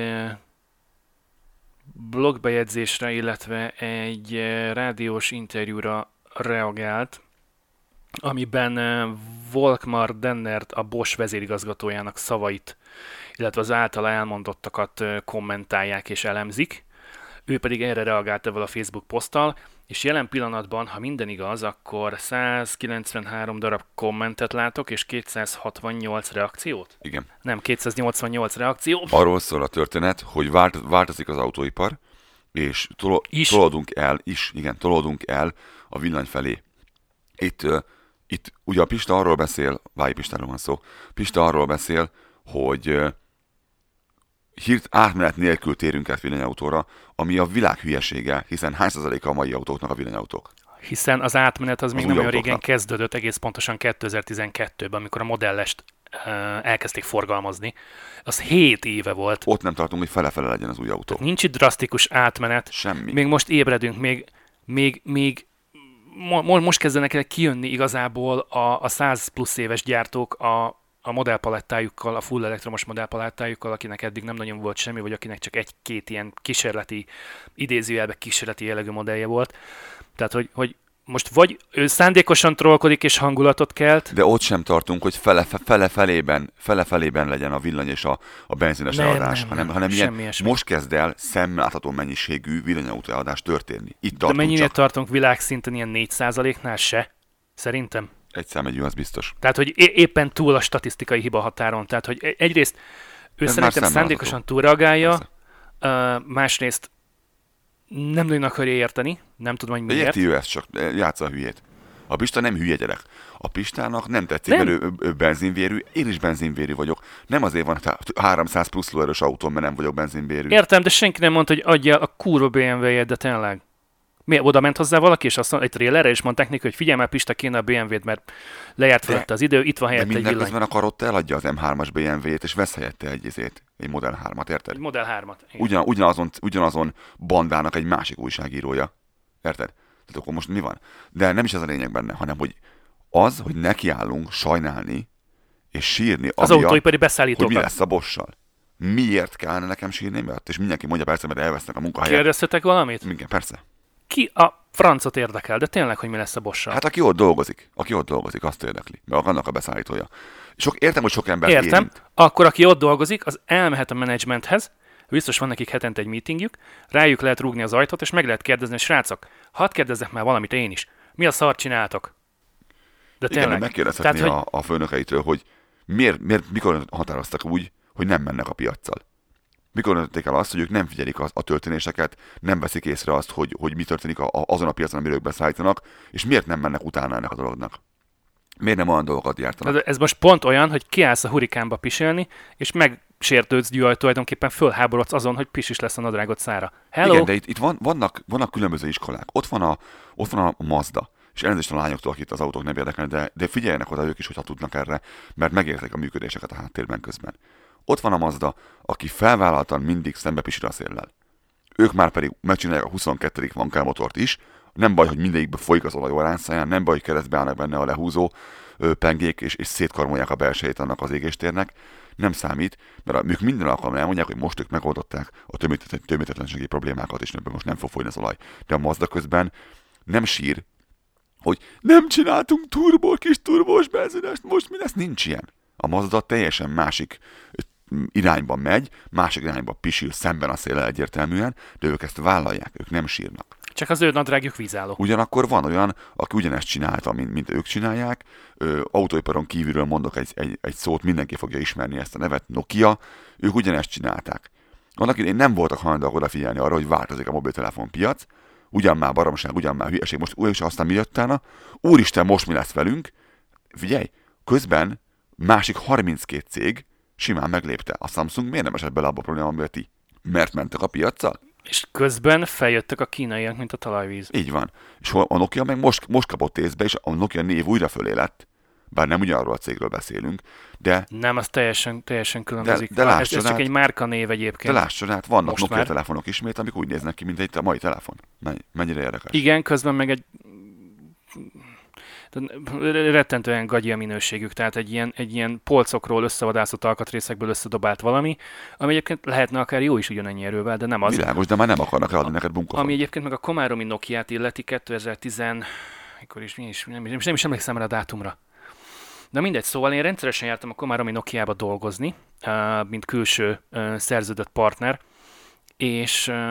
blogbejegyzésre, illetve egy rádiós interjúra reagált, amiben Volkmar Dennert, a Bosch vezérigazgatójának szavait, illetve az általa elmondottakat kommentálják és elemzik. Ő pedig erre reagált ezzel a Facebook poszttal, és jelen pillanatban, ha minden igaz, akkor 193 darab kommentet látok, és 268 reakciót? Igen. Nem, 288 reakció. Arról szól a történet, hogy változik az autóipar, és tolódunk el a villany felé. Itt ugye a Pista arról beszél, Vályi Pistáról van szó, Pista arról beszél, hogy átmenet nélkül térünk át villanyautóra, ami a világ hülyesége, hiszen hány százaléka a mai autóknak a villanyautók? Hiszen az átmenet az még új nem olyan autóknak. régen kezdődött, egész pontosan 2012-ben, amikor a modellest elkezdték forgalmazni. Az 7 éve volt. Ott nem tartunk, hogy fele-fele legyen az új autó. Nincs itt drasztikus átmenet. Semmi. Még most ébredünk, még most kezdenek el kijönni igazából a 100 plusz éves gyártók a modellpalettájukkal, a full elektromos modellpalettájukkal, akinek eddig nem nagyon volt semmi, vagy akinek csak egy-két ilyen kísérleti, idézőjelben kísérleti jellegű modellje volt. Tehát, hogy most vagy ő szándékosan trollkodik és hangulatot kelt. De ott sem tartunk, hogy fele-felében legyen a villany és a benzines eladás, hanem ilyen most kezd el szemlátható mennyiségű villanyautó eladás történni. Itt De tartunk mennyire csak. tartunk világszinten ilyen 4%-nál se? Szerintem. Egy számegyű, az biztos. Tehát, hogy éppen túl a statisztikai hiba határon. Tehát, hogy egyrészt ő Ez szerintem már szándékosan túlreagálja, másrészt nem nagyon akarja érteni, nem tudom, hogy De miért. érti ő ezt, csak játsza a hülyét. A Pista nem hülye gyerek. A Pistának nem tetszik, Nem. mert ő benzinvérű, én is benzinvérű vagyok. Nem azért van 300 plusz lóerős autóm, mert nem vagyok benzinvérű. Értem, de senki nem mondta, hogy adja a kurva BMW-jét, de tényleg. Mi, oda ment hozzá valaki, és azt mondta, egy trailerre, és mondták neki, hogy figyelj már, Pista, kéne a BMW-t, mert lejárt fölötte az idő, itt van De helyette egy villany. mindenközben a Karotta eladja az M3-as BMW-t, és vesz helyette egy Model 3-at, érted? Egy Model 3-at. Ugyanazon bandának egy másik újságírója. Érted? Tehát akkor most mi van? De nem is ez a lényeg benne, hanem hogy nekiállunk sajnálni és sírni, Az amiatt, autóipari hogy beszállítókat. mi lesz a Bossal. Miért kellene nekem sírni miatt? És mindenki mondja persze, mert elvesznek a munkahelyet. Kérdeztetek valamit? Igen, persze. Ki a francot érdekel, de tényleg, hogy mi lesz a Bossal? Hát aki ott dolgozik, azt érdekli. Mert annak a beszállítója. Értem, hogy sok ember Értem. Akkor aki ott dolgozik, az elmehet a menedzsmenthez, biztos van nekik hetente egy meetingjük, rájuk lehet rúgni az ajtót, és meg lehet kérdezni, hogy srácok, hadd kérdezzek már valamit én is. Mi a szart csináltok? De Igen, tényleg. megkérdezhetné Tehát, a főnökeitől, hogy mikor határoztak úgy, hogy nem mennek a piaccal. Mikor döntötték el azt, hogy ők nem figyelik a történéseket, nem veszik észre azt, hogy mi történik azon a piacon, amiről ők beszállítanak, és miért nem mennek utána ennek a dolognak. Miért nem olyan dolgokat gyártanak? de ez most pont olyan, hogy kiállsz a hurikánba pisilni, és megsértődsz tulajdonképpen fölháborodsz azon, hogy pisis lesz a nadrágod szára. Hello? Igen, de itt vannak különböző iskolák. Ott van a Mazda. És elnézést a lányoktól, akit az autók nem érdekelnek, de figyeljenek oda ők is, hogyha tudnak erre, mert megértik a működéseket a háttérben közben. Ott van a Mazda, aki felvállaltan mindig szembe pisil a széllel. Ők már pedig megcsinálják a 22. vankelmotort is. Nem baj, hogy mindegyikbe folyik az olaj orrányszáján, nem baj, hogy keresztbe állnak benne a lehúzó pengék, és szétkarmolják a belsejét annak az égéstérnek. Nem számít, mert ők minden alkalommal elmondják, hogy most ők megoldották a tömítetlenségi problémákat, és most nem fog folyni az olaj. De a Mazda közben nem sír, hogy nem csináltunk kis turbós benzinest, most mi lesz? Nincs ilyen. A Mazda teljesen másik irányban megy, másik irányban pisil szemben a széllel egyértelműen, de ők ezt vállalják, ők nem sírnak. Csak az ő nadrágjuk vízálló. Ugyanakkor van olyan, aki ugyanezt csinálta, mint ők csinálják. Autóiparon kívülről mondok egy szót, mindenki fogja ismerni ezt a nevet, Nokia. Ők ugyanezt csinálták. Annak idején nem voltak hajlandóak odafigyelni arra, hogy változik a mobiltelefonpiac. Ugyan már baromság, ugyan már hülyeség, most újra is aztán mi jött utána. Úristen, most mi lesz velünk? Figyelj, közben másik 32 cég simán meglépte. A Samsung miért nem esett bele abba a problémába, ti? Mert mentek a piaccal? És közben feljöttek a kínaiak, mint a talajvíz. Így van. És a Nokia meg most kapott észbe, és a Nokia név újra fölé lett. Bár nem ugyanarról a cégről beszélünk, de... Nem, az teljesen különbözik. De ez csak egy márkanév egyébként. De láss csodát, vannak Most Nokia már. telefonok ismét, amik úgy néznek ki, mint egy mai telefon. Mennyire érdekes. Igen, közben meg egy rettentően gagyi a minőségük, tehát egy ilyen polcokról összevadászott alkatrészekből összedobált valami, ami egyébként lehetne akár jó is ugyanennyi erővel, de nem az. Világos, de már nem akarnak eladni neked bunkófon. Ami egyébként meg a Komáromi Nokiát illeti 2010, mikor is, nem is emlékszem rá a dátumra. Na mindegy, szóval én rendszeresen jártam a Komáromi Nokiába dolgozni, mint külső szerződött partner, és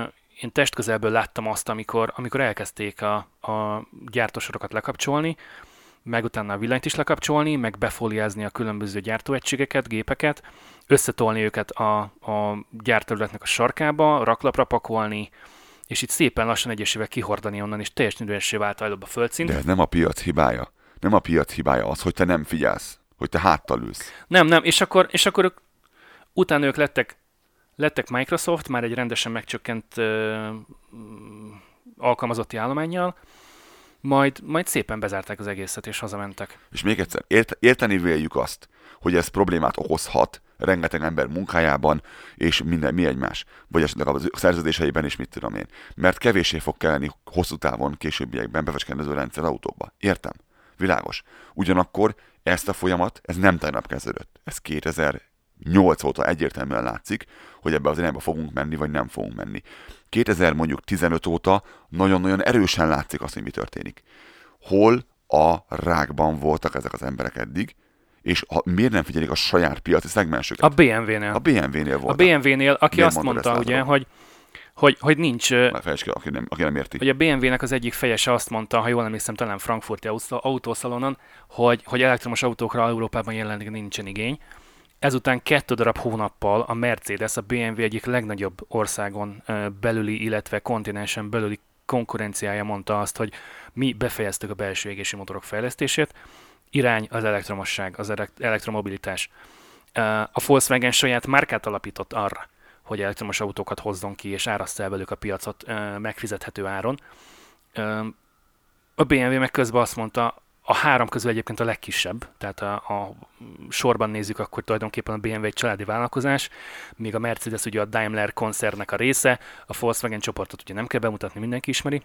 én testközelből láttam azt, amikor elkezdték a gyártósorokat lekapcsolni, meg utána a villanyt is lekapcsolni, meg befóliázni a különböző gyártóegységeket, gépeket, összetolni őket a gyárterületnek a sarkába, raklapra pakolni, és itt szépen lassan egyesével kihordani onnan, és teljesen üresé vált előbb a földszint. De ez nem a piac hibája. Nem a piac hibája az, hogy te nem figyelsz, hogy te háttal ülsz. Nem, és akkor utána ők lettek Microsoft, már egy rendesen megcsökkent alkalmazotti állománnyal, majd szépen bezárták az egészet, és hazamentek. És még egyszer, érteni véljük azt, hogy ez problémát okozhat rengeteg ember munkájában, és mi egymás. Vagy esetleg a szerződéseiben is, mit tudom én. Mert kevéssé fog kelleni hosszú távon, későbbiekben befecskendező rendszer autókba. Értem? Világos. Ugyanakkor ezt a folyamat, ez nem tegnap kezdődött. Ez 2008 óta egyértelműen látszik, hogy ebbe az irányba fogunk menni, vagy nem fogunk menni. 2015 óta nagyon-nagyon erősen látszik azt, hogy mi történik. Hol a rákban voltak ezek az emberek eddig, és miért nem figyelik a saját piaci szegmensüket? A BMW-nél. A BMW-nél voltak. A BMW-nél, aki Miért azt mondtad mondta, ezt, ugye, hogy nincs... Fejtsd ki, aki nem érti. Hogy a BMW-nek az egyik fejese azt mondta, ha jól emlékszem, talán frankfurti autószalonon, hogy elektromos autókra Európában jelenleg nincsen igény. Ezután 2 darab hónappal a Mercedes, a BMW egyik legnagyobb országon belüli, illetve kontinensen belüli konkurenciája mondta azt, hogy mi befejeztük a belső égési motorok fejlesztését, irány az elektromosság, az elektromobilitás. A Volkswagen saját márkát alapított arra, hogy elektromos autókat hozzon ki, és árassza el velük a piacot megfizethető áron. A BMW meg közben azt mondta, a 3 közül egyébként a legkisebb, tehát a sorban nézzük, akkor tulajdonképpen a BMW egy családi vállalkozás, míg a Mercedes ugye a Daimler koncernnek a része, a Volkswagen csoportot ugye nem kell bemutatni, mindenki ismeri.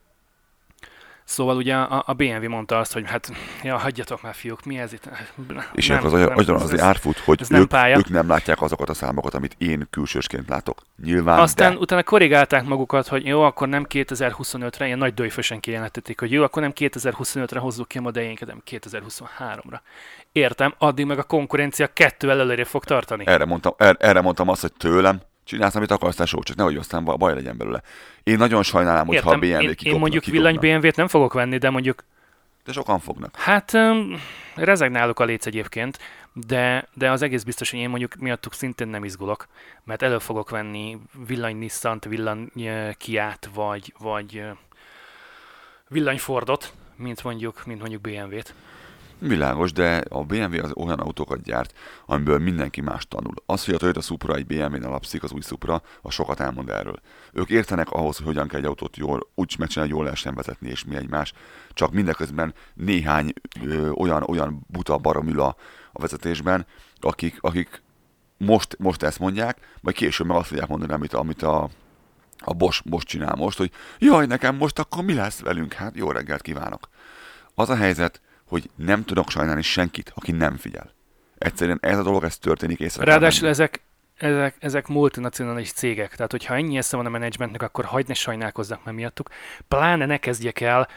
Szóval ugye a BMW mondta azt, hogy hát, hagyjatok már fiúk, mi ez itt? És nem, az árfut, hogy ők nem látják azokat a számokat, amit én külsősként látok. Nyilván, aztán utána korrigálták magukat, hogy jó, akkor nem 2025-re, ilyen nagy dőfösen kijelentették, hogy jó, akkor nem 2025-re hozzuk ki a modelljeinket, hanem 2023-ra. Értem, addig meg a konkurencia 2 előre fog tartani. Erre mondtam azt, hogy tőlem csinálsz, amit akarsz, csak nehogy aztán baj legyen belőle. Én nagyon sajnálom, hogyha a BMW kikopnak. Én mondjuk villany BMW-t nem fogok venni, de mondjuk... De sokan fognak. Hát rezeg náluk a léc egyébként, de az egész biztos, hogy én mondjuk miattuk szintén nem izgulok, mert elő fogok venni villany Nissant, villany Kiát, vagy villany Fordot, mint mondjuk BMW-t. Világos, de a BMW az olyan autókat gyárt, amiből mindenki más tanul. Az, hogy a Toyota Supra egy BMW-n alapszik, az új Supra, az sokat elmond erről. Ők értenek ahhoz, hogy hogyan kell egy autót úgy megcsinálni, jól lehessen vezetni, és mi egymás. Csak mindeközben néhány olyan buta baromüla a vezetésben, akik most ezt mondják, majd később meg azt fogják mondani, amit a Bosch csinál most, hogy jaj, nekem most akkor mi lesz velünk? Hát jó reggelt kívánok. Az a helyzet, hogy nem tudok sajnálni senkit, aki nem figyel. Egyszerűen ez a dolog, ez történik észre. Ráadásul ezek multinacionális cégek, tehát hogyha ennyi esze van a menedzsmentnek, akkor hagyd ne sajnálkozzak már miattuk. Pláne ne kezdjek el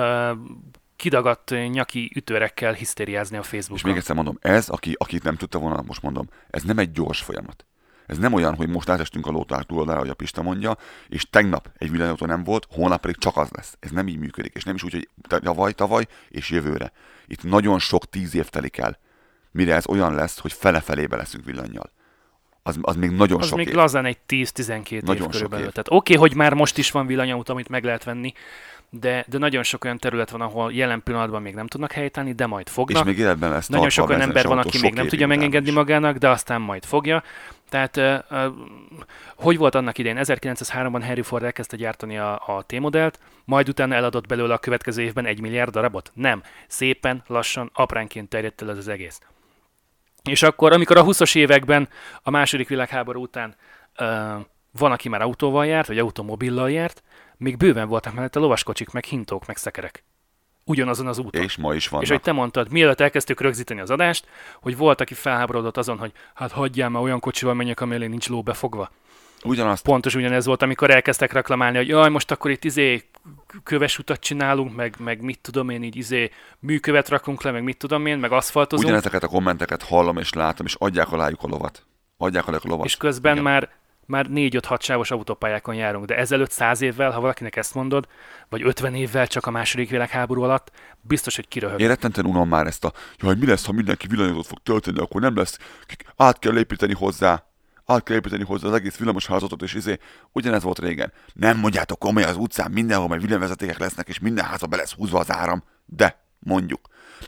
kidagadt nyaki ütőrekkel hisztériázni a Facebookon. És még egyszer mondom, ez, akit nem tudta volna, most mondom, ez nem egy gyors folyamat. Ez nem olyan, hogy most átestünk a lótár túloldára, hogy a Pista mondja, és tegnap egy villanyautó nem volt, holnap pedig csak az lesz. Ez nem így működik, és nem is úgy, hogy tavaly és jövőre. Itt nagyon sok 10 év telik el, mire ez olyan lesz, hogy fele-felébe leszünk villannyal. Az még nagyon sok év. Az még lazán egy 10-12 év körülbelül. Tehát oké, hogy már most is van villanyautó, amit meg lehet venni, de nagyon sok olyan terület van, ahol jelen pillanatban még nem tudnak helytállni, de majd fognak. És még életben lesz nagyon sok olyan ember van, aki még nem tudja megengedni magának, de aztán majd fogja. Tehát, hogy volt annak idején? 1903-ban Henry Ford elkezdte gyártani a T-modellt, majd utána eladott belőle a következő évben 1 milliárd darabot? Nem. Szépen, lassan, apránként terjedt el ez az egész. És akkor, amikor a 20-as években, a második világháború után van, aki már autóval járt, vagy automobillal járt, még bőven voltak mellette lovaskocsik, meg hintók, meg szekerek. Ugyanazon az úton. És ma is vannak. És hogy te mondtad, mielőtt elkezdtük rögzíteni az adást, hogy volt, aki felháborodott azon, hogy hát hagyjál már, olyan kocsival menjek, amely nincs ló befogva. Ugyanazt. Pontos ugyanez volt, amikor elkezdtek reklamálni, hogy jaj, most akkor itt köves utat csinálunk, meg mit tudom én, így műkövet rakunk le, meg mit tudom én, meg aszfaltozunk. Ugyanezeket a kommenteket hallom és látom, és adják alájuk a lovat. És közben már 4-5-6 sávos autópályákon járunk, de ezelőtt 100 évvel, ha valakinek ezt mondod, vagy 50 évvel csak a második világháború alatt, biztos, hogy kiröhög. Én rettentően unom már ezt a, hogy mi lesz, ha mindenki villanyautót fog tölteni, akkor nem lesz, át kell építeni hozzá az egész villamosházatot, és ugyanez volt régen. Nem mondjátok komolyan, az utcán mindenhol majd villanyvezetékek lesznek, és minden házba be lesz húzva az áram, de mondjuk,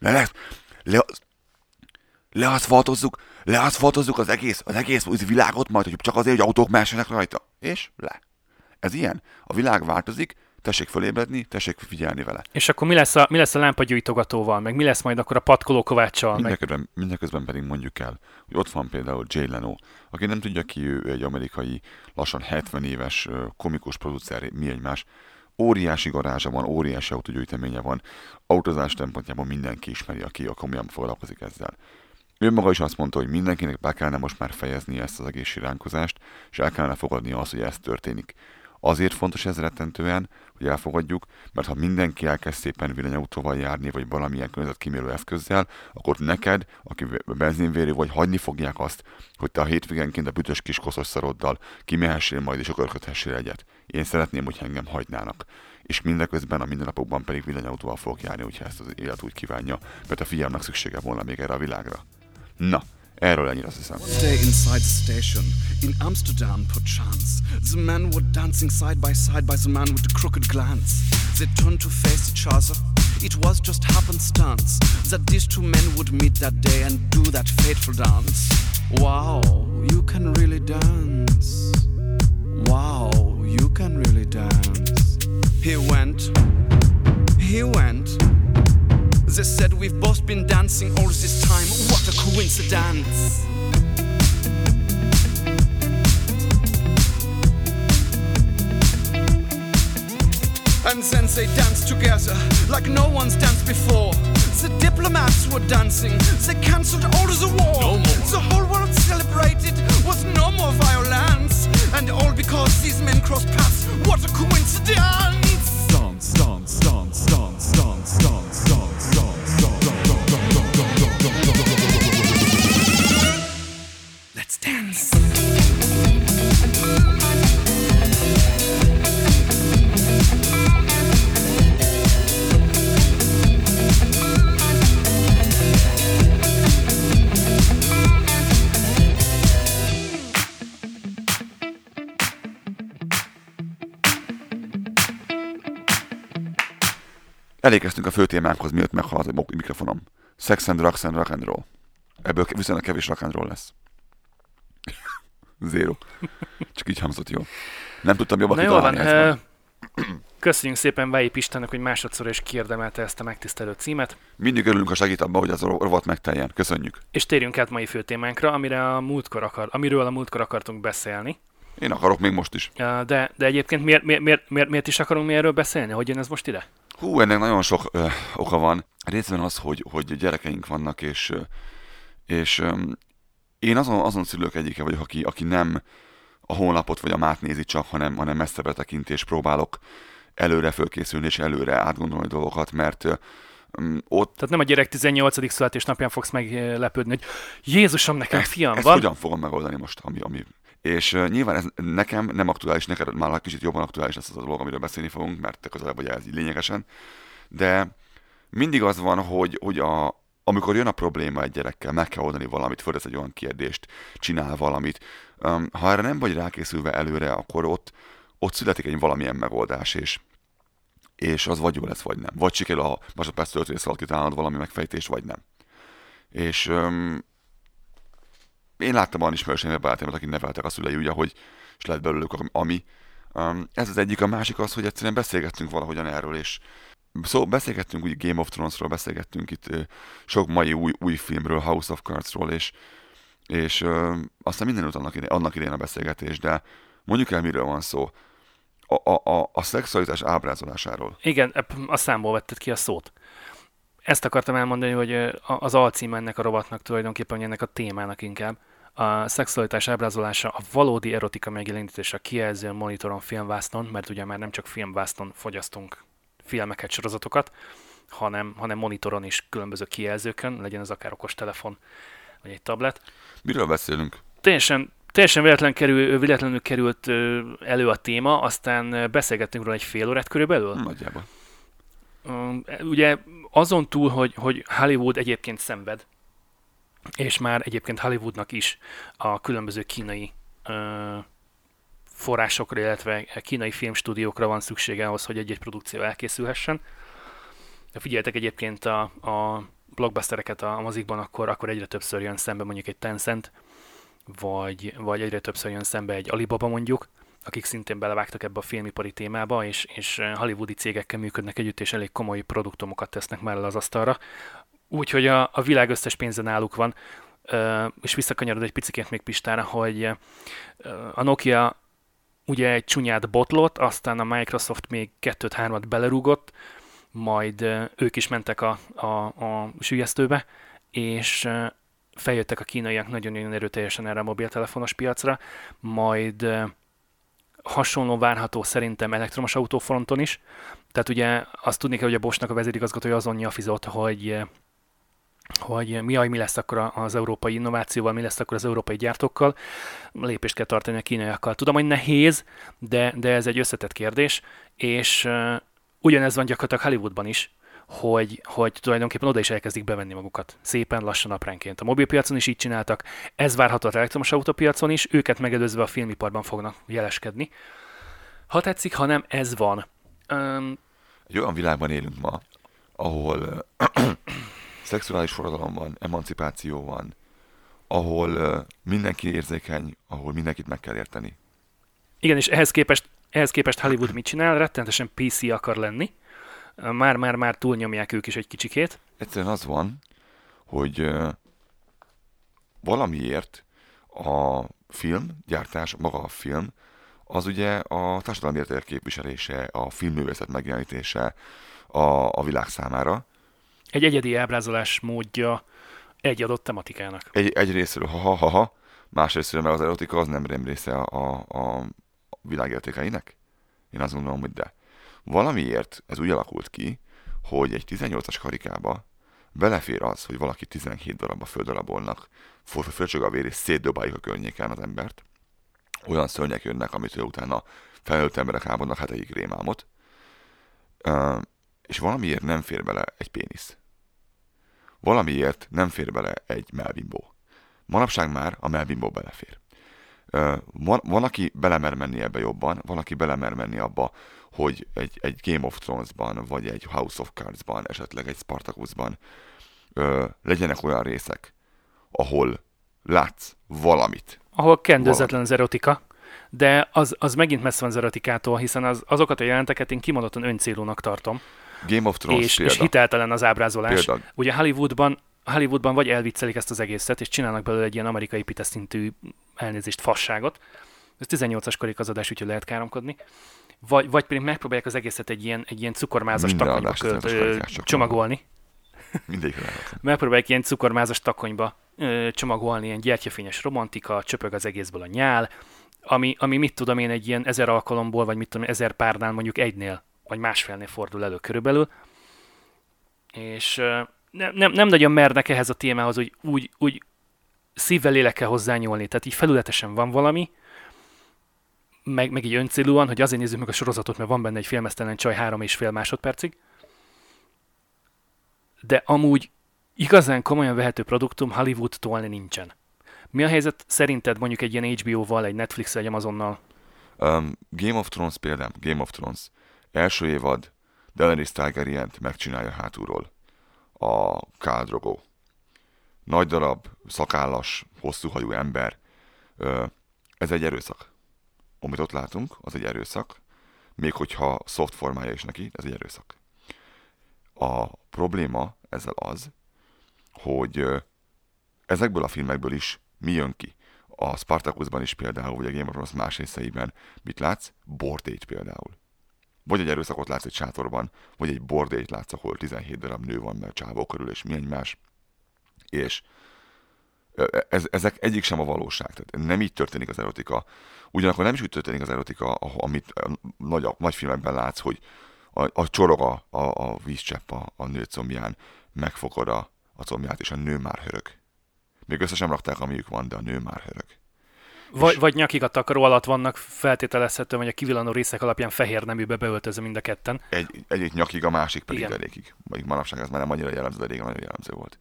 leaszfaltozzuk az egész világot majd, hogy csak azért, hogy autók mássanak rajta. És le. Ez ilyen. A világ változik, tessék fölébredni, tessék figyelni vele. És akkor mi lesz a lámpagyújtogatóval, meg mi lesz majd akkor a patkolókováccsal? Mindenközben pedig mondjuk el, hogy ott van például Jay Leno, aki nem tudja ki, ő egy amerikai, lassan 70 éves komikus producer, mi egymás. Óriási garázsa van, óriási autógyűjteménye van, autózás szempontjából mindenki ismeri, aki komolyan foglalkozik ezzel. Ő maga is azt mondta, hogy mindenkinek be kellene most már fejezni ezt az egész siránkozást, és el kellene fogadnia azt, hogy ez történik. Azért fontos ez rettentően, hogy elfogadjuk, mert ha mindenki elkezd szépen villanyautóval járni, vagy valamilyen környezetkímélő eszközzel, akkor neked, aki benzinvérő vagy, hagyni fogják azt, hogy te a hétvégenként a büdös kis koszos szaroddal kimehessél majd és ökörködhessél egyet. Én szeretném, hogy engem hagynának. És mindeközben a mindennapokban pedig villanyautóval fogok járni, hogyha ezt az élet úgy kívánja, mert a fiamnak szüksége volna még erre a világra. Na, erről ennyire azt hiszem. One day inside the station, in Amsterdam perchance, the men were dancing side by the man with the crooked glance. They turned to face each other, it was just happenstance, that these two men would meet that day and do that fateful dance. Wow, you can really dance. Wow, you can really dance. He went. They said we've both been dancing all this time. What a coincidence! And then they danced together like no one's danced before. The diplomats were dancing, they cancelled all of the war. No more. The whole world celebrated, was no more violence. And all because these men crossed paths. What a coincidence! Dance, dance, dance, dance, dance, dance, dance, dance, dance. Let's dance. Elérkeztünk a fő témánkhoz, miatt meghal a mikrofonom. Sex and drugs and rock and roll. Ebből viszonylag kevés rock and roll lesz. Zero. Csak így hangzott jó. Nem tudtam jobban kitalálni ezt. Köszönjük szépen Váji Pistának, hogy másodszor is kiérdemelte ezt a megtisztelő címet. Mindig örülünk, ha segít abban, hogy az rovat megteljen. Köszönjük. És térjünk át mai fő témánkra, amiről a múltkor akartunk beszélni. Én akarok még most is. De egyébként miért is akarunk mi erről beszélni? Hogy jön ez most ide? Ennek nagyon sok oka van. Részben az, hogy gyerekeink vannak, és én azon szülők egyike vagyok, aki nem a honlapot vagy a mát nézi csak, hanem messzebbre tekint, és próbálok előre fölkészülni, és előre átgondolni dolgokat, mert ott... Tehát nem a gyerek 18. születésnapján fogsz meglepődni, hogy Jézusom, nekem fiam ezt van. Hogyan fogom megoldani most, ami... És nyilván ez nekem nem aktuális, neked már kicsit jobban aktuális lesz az a dolog, amiről beszélni fogunk, mert te közelebb vagy ez így lényegesen. De mindig az van, hogy amikor jön a probléma egy gyerekkel, meg kell oldani valamit, föltesz egy olyan kérdést, csinál valamit. Ha erre nem vagy rákészülve előre, akkor ott születik egy valamilyen megoldás, és az vagy jó lesz, vagy nem. Vagy sikerül a másodperc történész alatt kitálnod valami megfejtést, vagy nem. És én láttam olyan ismerőseimet, barátomat, akik neveltek a szülei, ugye, és lett belőlük ami. Ez az egyik, a másik az, hogy egyszerűen beszélgettünk valahogyan erről, és szóval beszélgettünk úgy Game of Thronesról, beszélgettünk itt sok mai új filmről, House of Cardsról, és aztán mindenütt annak idején a beszélgetés, de mondjuk el, miről van szó. A szexualitás ábrázolásáról. Igen, a számból vetted ki a szót. Ezt akartam elmondani, hogy az alcím ennek a rovatnak tulajdonképpen, ennek a témának inkább. A szexualitás ábrázolása, a valódi erotika megjelenítése a kijelzőn, monitoron, filmvásznon, mert ugye már nem csak filmvásznon fogyasztunk filmeket, sorozatokat, hanem monitoron is különböző kijelzőkön, legyen az akár okostelefon, vagy egy tablet. Miről beszélünk? Teljesen Teljesen véletlenül került elő a téma, aztán beszélgettünk róla egy fél órát körülbelül. Nagyjából. Ugye azon túl, hogy Hollywood egyébként szenved, és már egyébként Hollywoodnak is a különböző kínai forrásokra, illetve kínai filmstúdiókra van szüksége ahhoz, hogy egy-egy produkció elkészülhessen. Ha figyeltek egyébként a blockbustereket a mozikban, akkor egyre többször jön szembe mondjuk egy Tencent, vagy egyre többször jön szembe egy Alibaba mondjuk, akik szintén belevágtak ebbe a filmipari témába, és hollywoodi cégekkel működnek együtt, és elég komoly produktumokat tesznek már el az asztalra. Úgyhogy a világ összes pénze náluk van, és visszakanyarod egy picikét még Pistára, hogy a Nokia ugye egy csúnyát botlott, aztán a Microsoft még 2-3-at belerúgott, majd ők is mentek a sülyeztőbe, és feljöttek a kínaiak nagyon-nagyon erőteljesen erre a mobiltelefonos piacra, majd hasonló várható szerintem elektromos autófronton is. Tehát ugye azt tudni kell, hogy a Boschnak a vezérigazgatója azon nyafizott, hogy mi lesz akkor az európai innovációval, mi lesz akkor az európai gyártókkal. Lépést kell tartani a kínaiakkal. Tudom, hogy nehéz, de ez egy összetett kérdés, és ugyanez van gyakorlatilag Hollywoodban is, hogy tulajdonképpen oda is elkezdik bevenni magukat. Szépen, lassan, apránként. A mobilpiacon is így csináltak, ez várható az elektromos autópiacon is, őket megelőzve a filmiparban fognak jeleskedni. Ha tetszik, ha nem, ez van. Egy olyan világban élünk ma, ahol szexuális forradalom van, emancipáció van, ahol mindenki érzékeny, ahol mindenkit meg kell érteni. Igen, és ehhez képest Hollywood mit csinál? Rettenetesen PC akar lenni. Már túlnyomják ők is egy kicsikét. Egyszerűen az van, hogy valamiért a filmgyártás, maga a film, az ugye a társadalmi értékek képviselése, a filmművészet megjelenítése a világ számára. Egy egyedi ábrázolás módja egy adott tematikának. Egy részről ha-ha-ha-ha, másrésztről meg az erotika az nem része a világértékeinek? Én azt gondolom, hogy de. Valamiért ez úgy alakult ki, hogy egy 18-as karikába belefér az, hogy valaki 17 darabba földarabolnak, fölcsög a vér és szétdobáljuk a környéken az embert. Olyan szörnyek jönnek, amitől utána felnőtt emberek álmodnak hetekig rémálmot. És valamiért nem fér bele egy pénisz. Valamiért nem fér bele egy melbimbó. Manapság már a melbimbó belefér. Van, aki belemer menni ebbe jobban, van, aki belemer menni abba, hogy egy Game of Thrones-ban, vagy egy House of Cards-ban, esetleg egy Spartacusban legyenek olyan részek, ahol látsz valamit. Ahol kendőzetlen az erotika, de az megint messze van az erotikától, hiszen azokat a jelenteket én kimondottan öncélúnak tartom. Game of Thrones és hiteltelen az ábrázolás. Példa. Ugye Hollywoodban vagy elviccelik ezt az egészet, és csinálnak belőle egy ilyen amerikai pite szintű elnézést fasságot. Ez 18-as karikazadás, úgyhogy lehet káromkodni. Vagy pedig megpróbálják az egészet egy ilyen cukormázas takonyba csomagolni. Megpróbálják ilyen cukormázas takonyba csomagolni, ilyen gyertyafényes romantika, csöpög az egészből a nyál, ami mit tudom én, egy ilyen 1000 alkalomból, vagy mit tudom, 1000 párnál mondjuk egynél, vagy másfélnél fordul elő körülbelül. És nem nagyon mernek ehhez a témához, hogy úgy szívvel lélekkel hozzányúlni. Tehát így felületesen van valami, meg így öncélúan, hogy azért nézzük meg a sorozatot, mert van benne egy filmesztelen csaj 3,5 másodpercig. De amúgy igazán komolyan vehető produktum Hollywoodtól nincsen. Mi a helyzet szerinted mondjuk egy ilyen HBO-val, egy Netflix-el, egy Amazonnal? Game of Thrones például, Game of Thrones. Első évad, Daenerys Targaryent megcsinálja hátulról a Khal Drogo. Nagy darab, szakállas, hosszú hajú ember. Ez egy erőszak. Amit ott látunk, az egy erőszak. Még hogyha soft formája is neki, ez egy erőszak. A probléma ezzel az, hogy ezekből a filmekből is mi jön ki. A Spartacusban is például, vagy a Game of Thrones más részeiben mit látsz? Bordét például. Vagy egy erőszakot látsz egy sátorban, vagy egy bordét látsz, ahol 17 darab nő van meg csávó körül, és mi egymás. És ezek egyik sem a valóság. Tehát nem így történik az erotika. Ugyanakkor nem is úgy történik az erotika, amit nagy filmekben látsz, hogy a csorog a vízcsepp a nő combján, megfogod a combját, és a nő már hörög. Még össze sem rakták, amiük van, de a nő már hörög. Vagy nyakig a takaró alatt vannak, feltételezhetően, hogy a kivillanó részek alapján fehér neműbe beöltözve mind a ketten. Egyik nyakig, a másik pedig Igen. derékig. Vagy manapság ez már nem annyira jellemző, de régen nagyon jellemző volt.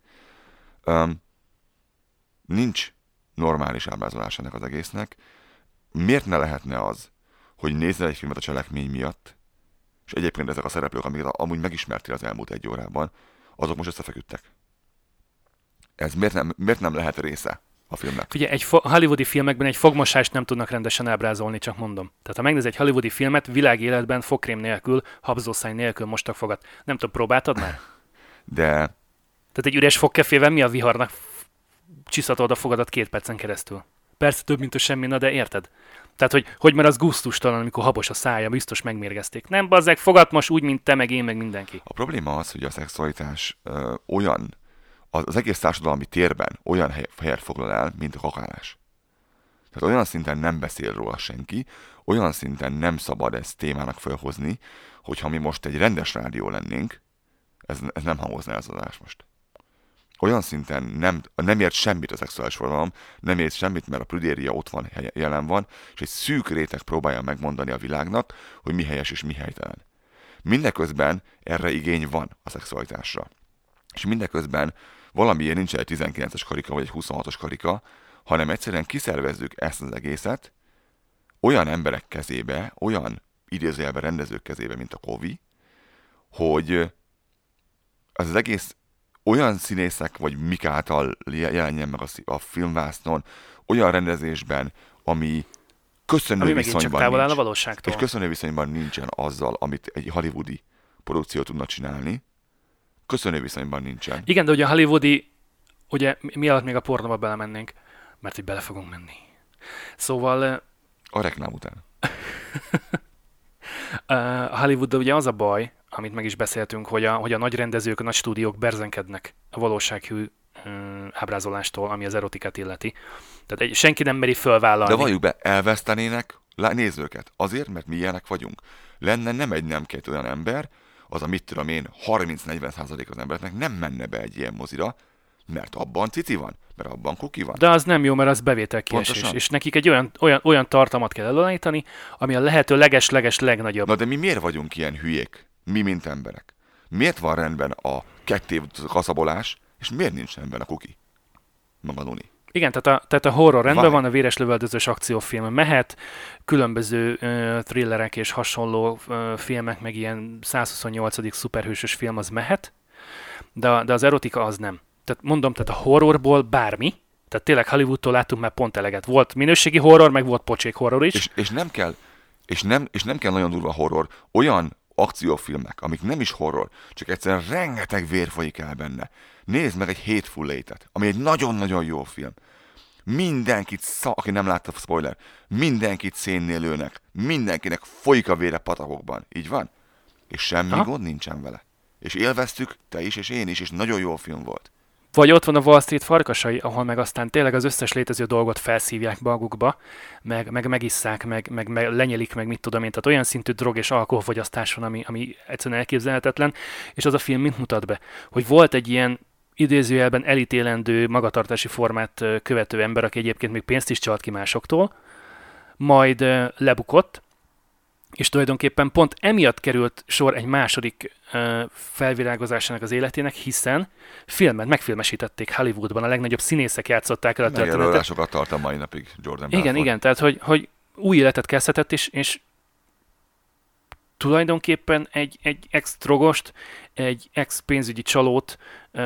Nincs normális ábrázolás ennek az egésznek. Miért ne lehetne az, hogy nézzel egy filmet a cselekmény miatt, és egyébként ezek a szereplők, amiket amúgy megismertél az elmúlt 1 órában, azok most összefeküdtek. Ez miért nem lehet része a filmnek? Figyelj, egy hollywoodi filmekben egy fogmosást nem tudnak rendesen ábrázolni, csak mondom. Tehát ha megnéz egy hollywoodi filmet, világéletben fogkrém nélkül, habzószáj nélkül mostak fogat. Nem tudom, próbáltad már? De Tehát egy üres fogkefével mi a viharnak csiszatod a fogadat 2 percen keresztül? Persze több, mint a semmi, na de érted? Tehát, hogy már az gusztustalan, amikor habos a szája, biztos megmérgezték. Nem, bazzeg, fogatmos úgy, mint te, meg én, meg mindenki. a probléma az, hogy a szexualitás olyan, az egész társadalmi térben olyan helyet foglal el, mint a kakálás. Tehát olyan szinten nem beszél róla senki, olyan szinten nem szabad ezt témának felhozni, hogyha mi most egy rendes rádió lennénk, ez nem hangozna ez az adás most. Olyan szinten nem ért semmit a szexuális forradalom, nem ért semmit, mert a prüdéria ott van, jelen van, és egy szűk réteg próbálja megmondani a világnak, hogy mi helyes és mi helytelen. Mindeközben erre igény van a szexualitásra. És mindeközben valamiért nincs egy 19-es karika vagy egy 26-os karika, hanem egyszerűen kiszervezzük ezt az egészet olyan emberek kezébe, olyan idézőjelben rendezők kezébe, mint a Kovi, hogy az egész olyan színészek, vagy mik által jelenjen meg a filmvásznon, olyan rendezésben, ami köszönő Ami megint csak viszonyban távol áll a nincs. valóságtól. És köszönő viszonyban nincsen azzal, amit egy hollywoodi produkció tudna csinálni. Köszönő viszonyban nincsen. Igen, de ugye a hollywoodi, ugye mi alatt még a pornóba belemennénk, mert így bele fogunk menni. Szóval A reklám után. a Hollywooddal ugye az a baj, amit meg is beszéltünk, hogy a nagy rendezők, a nagy stúdiók berzenkednek a valósághű ábrázolástól, ami az erotikát illeti. Tehát senki nem meri fölvállalni. De valljuk be, elvesztenének nézőket. Azért, mert mi ilyenek vagyunk. Lenne nem két olyan ember, az a mit tudom én, 30-40% az embereknek nem menne be egy ilyen mozira, mert abban cici van, mert abban kuki van. De az nem jó, mert az bevételkiesés. Pontosan. És nekik egy olyan tartalmat kell előállítani, ami a lehető leges legnagyobb. Na de mi miért vagyunk ilyen hülyék? Mi, mint emberek. Miért van rendben a ketté kaszabolás, és miért nincs rendben a kuki? Maga Nuni. Igen, tehát a horror rendben Van. van, a véres lövöldözős akciófilm mehet, különböző thrillerek és hasonló filmek, meg ilyen 128. szuperhősös film az mehet, de az erotika az nem. Tehát mondom, tehát a horrorból bármi, tehát tényleg Hollywoodtól láttunk már pont eleget. Volt minőségi horror, meg volt pocsék horror is. És nem kell nagyon durva horror. Olyan akciófilmek, amik nem is horror, csak egyszerűen rengeteg vér folyik el benne. Nézd meg egy Hateful Eight-et, ami egy nagyon-nagyon jó film. Mindenkit, aki nem látta, spoiler, mindenkit szénnél lőnek, mindenkinek folyik a vére patakokban. Így van? És semmi gond nincsen vele. És élveztük, te is és én is, és nagyon jó film volt. Vagy ott van a Wall Street farkasai, ahol meg aztán tényleg az összes létező dolgot felszívják magukba, meg megisszák, meg lenyelik, meg mit tudom én. Tehát olyan szintű drog és alkoholfogyasztás van, ami egyszerűen elképzelhetetlen, és az a film mit mutat be? Hogy volt egy ilyen idézőjelben elítélendő magatartási formát követő ember, aki egyébként még pénzt is csalt ki másoktól, majd lebukott, és tulajdonképpen pont emiatt került sor egy második felvirágozásának az életének, hiszen megfilmesítették Hollywoodban, a legnagyobb színészek játszották el a történetet. Megjelölásokat tart a mai napig Jordan Belfort. Igen, tehát hogy új életet kezdhetett, és tulajdonképpen egy ex-drogost, egy ex-pénzügyi csalót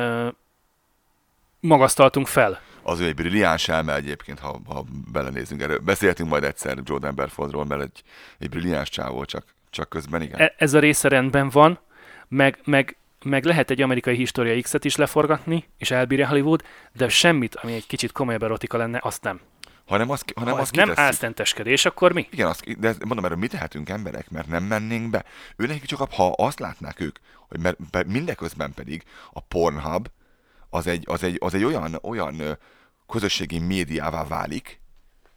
magasztaltunk fel. Az ő egy brilliáns elme egyébként, ha belenézünk erről. Beszéltünk majd egyszer Jordan Belfortról, mert egy brilliáns csávó, csak közben igen. Ez a része rendben van, meg lehet egy amerikai Historia X-et is leforgatni, és elbírja Hollywood, de semmit, ami egy kicsit komolyabb erotika lenne, azt nem. Hanem az nem kitesszük. álszenteskedés, akkor mi? Igen, de mondom, erről mit tehetünk emberek, mert nem mennénk be. Őnek csak, ha azt látnák ők, hogy mert mindeközben pedig a Pornhub az egy olyan közösségi médiává válik,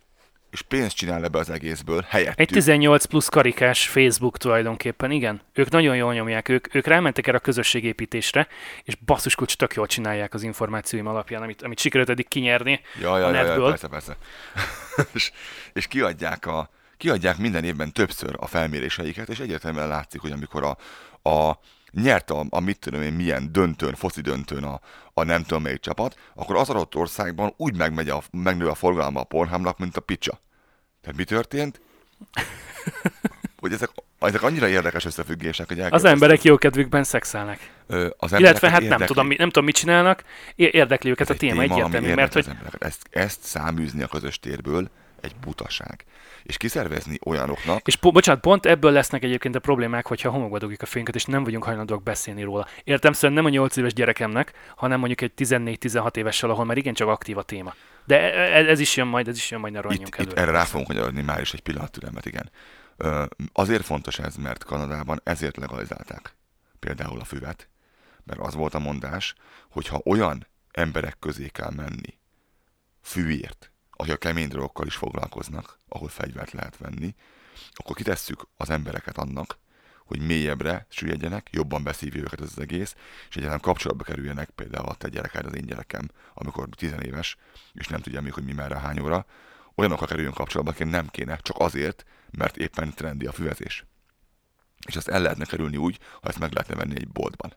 és pénzt csinál ebbe az egészből helyettük. Egy 18 plusz karikás Facebook tulajdonképpen, igen. Ők nagyon jól nyomják, ők rámentek erre a közösségépítésre, és basszuskulcs tök jól csinálják az információim alapján, amit sikerült eddig kinyerni a netből. Persze. és kiadják minden évben többször a felméréseiket, és egyértelműen látszik, hogy amikor nyert a mit tudom én milyen döntőn, foci döntőn a nem tudom melyik csapat, akkor az adott országban úgy megnő a forgalma a Pornhubnak, mint a picsa. Tehát mi történt? Hogy ezek annyira érdekes összefüggések, hogy az emberek jó kedvükben szexelnek. Illetve hát nem tudom mit csinálnak, érdekli őket a téma egyértelmű, mert hogy... Ezt száműzni a közös térből egy butaság. És kiszervezni olyanoknak... És bocsánat, pont ebből lesznek egyébként a problémák, hogyha homokba dugjuk a fényünket, és nem vagyunk hajlandóak beszélni róla. Értem szerint nem a 8 éves gyerekemnek, hanem mondjuk egy 14-16 évessel, ahol már igencsak aktív a téma. De ez is jön majd, ne rohanjunk előre. Itt erre rá fogunk magyarodni már is egy pillanat türelmet, igen. Azért fontos ez, mert Kanadában ezért legalizálták például a füvet, mert az volt a mondás, hogyha olyan emberek közé kell menni fűért, akik a kemény drogokkal is foglalkoznak, ahol fegyvert lehet venni, akkor kitesszük az embereket annak, hogy mélyebbre süllyedjenek, jobban beszívja őket ez az egész, és egyáltalán kapcsolatba kerüljenek, például a te gyereked, az én gyerekem, amikor 10 éves, és nem tudja még, hogy mi merre, hány óra, olyanokkal kerüljön kapcsolatba, akik nem kéne, csak azért, mert éppen trendi a füvezés. És azt el lehetne kerülni úgy, ha ezt meg lehetne venni egy boltban.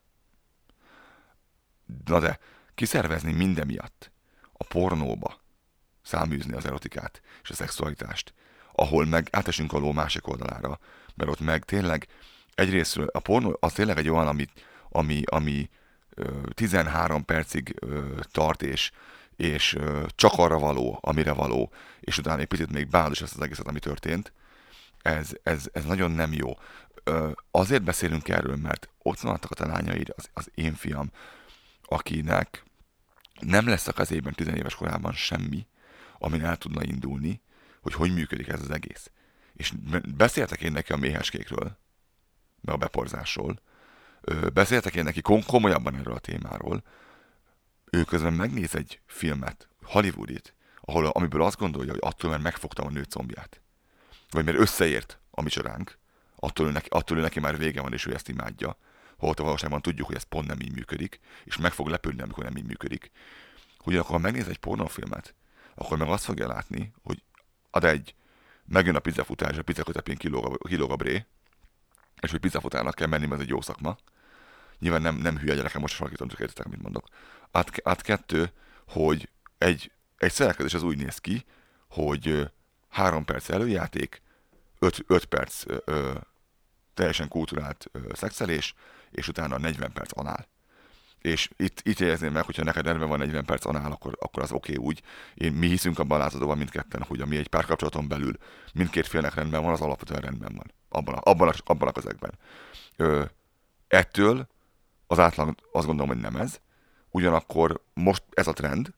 Na de, kiszervezni minden miatt a pornóba, száműzni az erotikát és a szexualitást, ahol meg átesünk a ló másik oldalára, mert ott meg tényleg egyrésztről a pornó az tényleg egy olyan, ami 13 percig tart, és csak arra való, amire való, és utána egy picit még bánod is ezt az egészet, ami történt. Ez nagyon nem jó. Azért beszélünk erről, mert ott vannak a te lányaid, az én fiam, akinek nem lesz a kezében 10 éves korában semmi, amin el tudna indulni, hogy működik ez az egész. És beszéltek én neki a méheskékről, meg a beporzásról, beszéltek én neki komolyabban erről a témáról, ő közben megnéz egy filmet, Hollywoodit, amiből azt gondolja, hogy attól, mert megfogtam a nő combját, vagy mert összeért a mi soránk, attól neki már vége van, és ő ezt imádja, holott a valóságban tudjuk, hogy ez pont nem így működik, és meg fog lepődni, amikor nem így működik. Ugyanakkor, ha megnéz egy pornófilmet, akkor meg azt fogja látni, hogy megjön a pizzafutás, a pizza közepén kilóg a bré, és hogy pizzafutárnak kell menni, mert ez egy jó szakma. Nyilván nem hülye gyerekem, most sarkítom, csak értitek, mit mondok. Át kettő, hogy egy szerelkezés az úgy néz ki, hogy 3 perc előjáték, 5 perc teljesen kulturált szexelés, és utána 40 perc anál. És itt érezném meg, hogyha neked rendben van 40 perc anál, akkor az oké úgy. Mi hiszünk abban a lázadóban mindketten, hogy ami egy párkapcsolaton belül mindkét félnek rendben van, az alapvetően rendben van. Abban a közegben. Ettől az átlag azt gondolom, hogy nem ez. Ugyanakkor most ez a trend,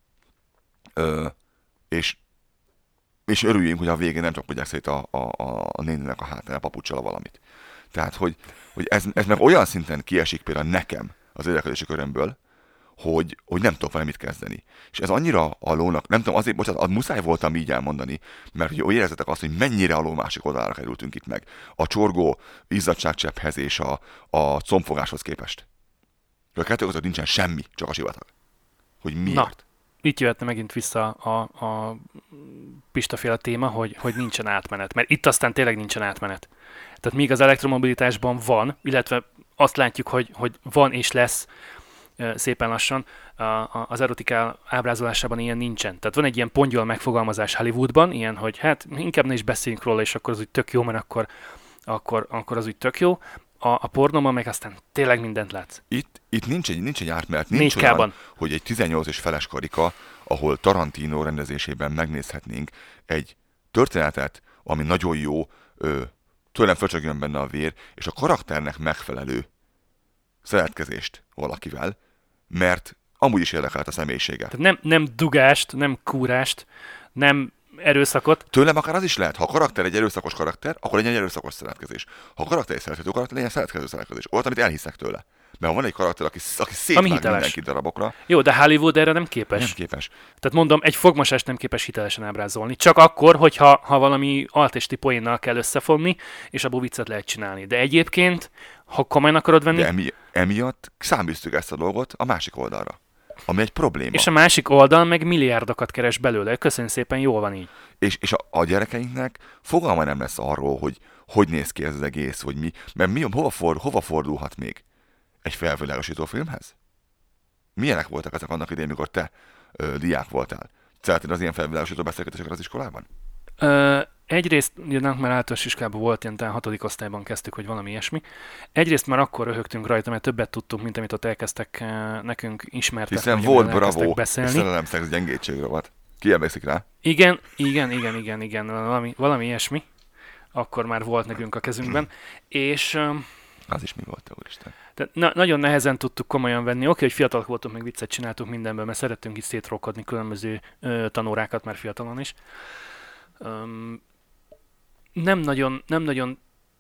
és örüljünk, hogy a végén nem csak mondják szét a néninek a hátán, a papuccsal valamit. Tehát, hogy ez meg olyan szinten kiesik például nekem az érdeklődési körömből, hogy nem tudok vele mit kezdeni. És ez annyira alónak, nem tudom, azért, bocsánat, muszáj voltam így elmondani, mert hogy érezzetek azt, hogy mennyire aló másik oldalára kerültünk itt meg. A csorgó izzadságcsepphez és a combfogáshoz képest. A kettő között nincsen semmi, csak a sivatag. Hogy miért? Na, itt jöhetne megint vissza a Pistaféle téma, hogy nincsen átmenet. Mert itt aztán tényleg nincsen átmenet. Tehát míg az elektromobilitásban van, illetve azt látjuk, hogy van és lesz szépen lassan, az erotika ábrázolásában ilyen nincsen. Tehát van egy ilyen pongyol megfogalmazás Hollywoodban, ilyen, hogy hát inkább ne is beszéljünk róla, és akkor az úgy tök jó, mert akkor az úgy tök jó. A pornóban meg aztán tényleg mindent látsz. Itt nincs egy átmenet, nincs olyan, hogy egy 18 és feles karika, ahol Tarantino rendezésében megnézhetnénk egy történetet, ami nagyon jó, tőlem föcsögjön benne a vér, és a karakternek megfelelő szeretkezést valakivel, mert amúgy is érdekelt a személyiséget. Tehát nem dugást, nem kúrást, nem erőszakot. Tőlem akár az is lehet, ha a karakter egy erőszakos karakter, akkor legyen egy erőszakos szeretkezés. Ha a karakter egy szerethető karakter, legyen szeretkező szeretkezés. Olyat, amit elhiszek tőle. Mert van egy karakter, aki szétvág hiteles. mindenki darabokra. Jó, de Hollywood erre nem képes. Nem képes. Tehát mondom, egy fogmosást nem képes hitelesen ábrázolni. Csak akkor, hogyha valami altesti poénnal kell összefogni, és abból viccet lehet csinálni. De egyébként, ha komolyan akarod venni... De emiatt száműztük ezt a dolgot a másik oldalra. Ami egy probléma. És a másik oldal meg milliárdokat keres belőle. Köszönjük szépen, jól van így. És a gyerekeinknek fogalma nem lesz arról, hogy néz ki ez az egész, vagy mi. Mert hova fordulhat még? Egy felvilágosító filmhez? Milyenek voltak ezek annak idején, mikor te diák voltál? Szeretnéd az ilyen felvilágosító beszélgetéseket az iskolában? Egyrészt, mert általános iskolában volt, ilyen 6. osztályban kezdtük, hogy valami ilyesmi. Egyrészt már akkor röhögtünk rajta, mert többet tudtunk, mint amit ott elkezdtek nekünk ismertetni. Hiszen volt Bravo, és szerelem szex gyengétség rovat. Ki emlékszik rá? Igen, valami ilyesmi. Akkor már volt nekünk a kezünkben. És... Az is mi volt, te úristen? Nagyon nehezen tudtuk komolyan venni. Oké, hogy fiatalok voltunk, még viccet csináltunk mindenben, mert szerettünk itt szétrókodni különböző tanórákat már fiatalon is. Nem nagyon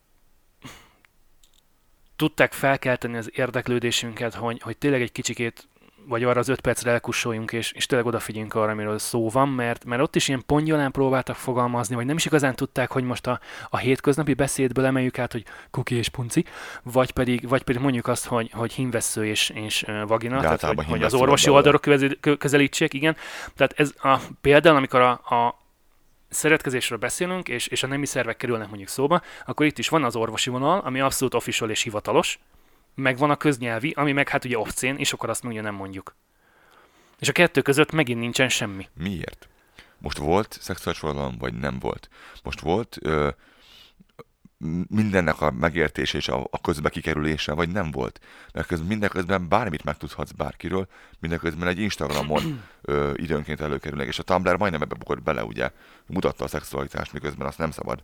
tudták felkelteni az érdeklődésünket, hogy tényleg egy kicsikét, vagy arra az 5 percre elkussoljunk, és tényleg odafigyeljünk arra, amiről szó van, mert ott is ilyen pongyolán próbáltak fogalmazni, vagy nem is igazán tudták, hogy most a hétköznapi beszédből emeljük át, hogy kuki és punci, vagy pedig mondjuk azt, hogy hímvessző és vagina, tehát hogy az orvosi oldalról közelítsék, igen. Tehát ez például, amikor a szeretkezésről beszélünk, és a nemi szervek kerülnek mondjuk szóba, akkor itt is van az orvosi vonal, ami abszolút official és hivatalos, meg van a köznyelvi, ami meg hát ugye obszén, és akkor azt mondja, nem mondjuk. És a kettő között megint nincsen semmi. Miért? Most volt szexuális forradalom, vagy nem volt? Most volt mindennek a megértése és a közbe kikerülése, vagy nem volt? Mert mindenközben bármit megtudhatsz bárkiről, mindenközben egy Instagramon időnként előkerülnek, és a Tumblr majdnem ebbe bukott bele, ugye, mutatta a szexualitást, miközben azt nem szabad.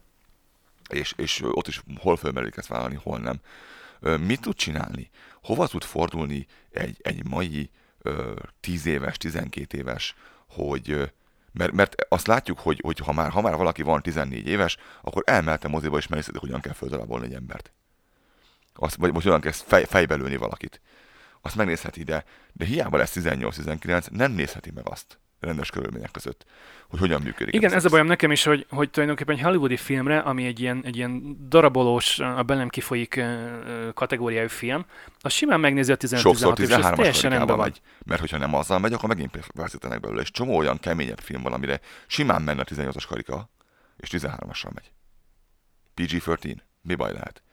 És ott is hol fölmerülik ezt vállalni, hol nem. Mit tud csinálni? Hova tud fordulni egy mai 10 éves, 12 éves, hogy... Mert azt látjuk, hogy ha már valaki van 14 éves, akkor elmehet a moziba, és megnézheti, hogyan kell földarabolni egy embert. Vagy hogyan kell fejbelőni valakit. Azt megnézheti, de hiába lesz 18-19, nem nézheti meg azt rendes körülmények között, hogy hogyan működik. Igen, ez a bajom nekem is, hogy tulajdonképpen egy hollywoodi filmre, ami egy ilyen darabolós, a belem kifolyik kategóriájú film, az simán megnézi a 15-16 éves, ez teljesen rendben van. Mert hogyha nem azzal megy, akkor megint veszítenek belőle. És csomó olyan keményebb film van, amire simán menne a 18-as karika, és 13-asra megy. PG-13, mi baj lehet?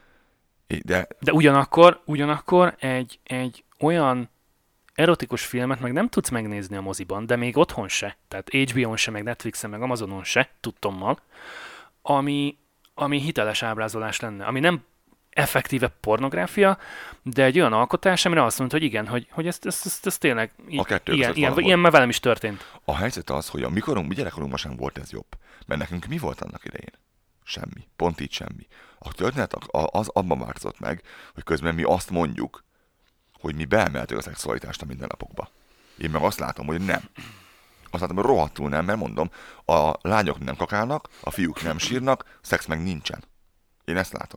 De ugyanakkor egy olyan erotikus filmet meg nem tudsz megnézni a moziban, de még otthon se, tehát HBO-n se, meg Netflixen, meg Amazonon se, tudtommal, ami hiteles ábrázolás lenne, ami nem effektíve pornográfia, de egy olyan alkotás, amire azt mondta, hogy igen, hogy ez tényleg ilyen már velem is történt. A helyzet az, hogy a mi gyerekkorunkban sem volt ez jobb, mert nekünk mi volt annak idején? Semmi. Pont így semmi. A történet az abban változott meg, hogy közben mi azt mondjuk, hogy mi beemeltük a szexualitást a mindennapokba. Én meg azt látom, hogy nem. Azt látom, hogy rohadtul nem, mert mondom, a lányok nem kakálnak, a fiúk nem sírnak, szex meg nincsen. Én ezt látom.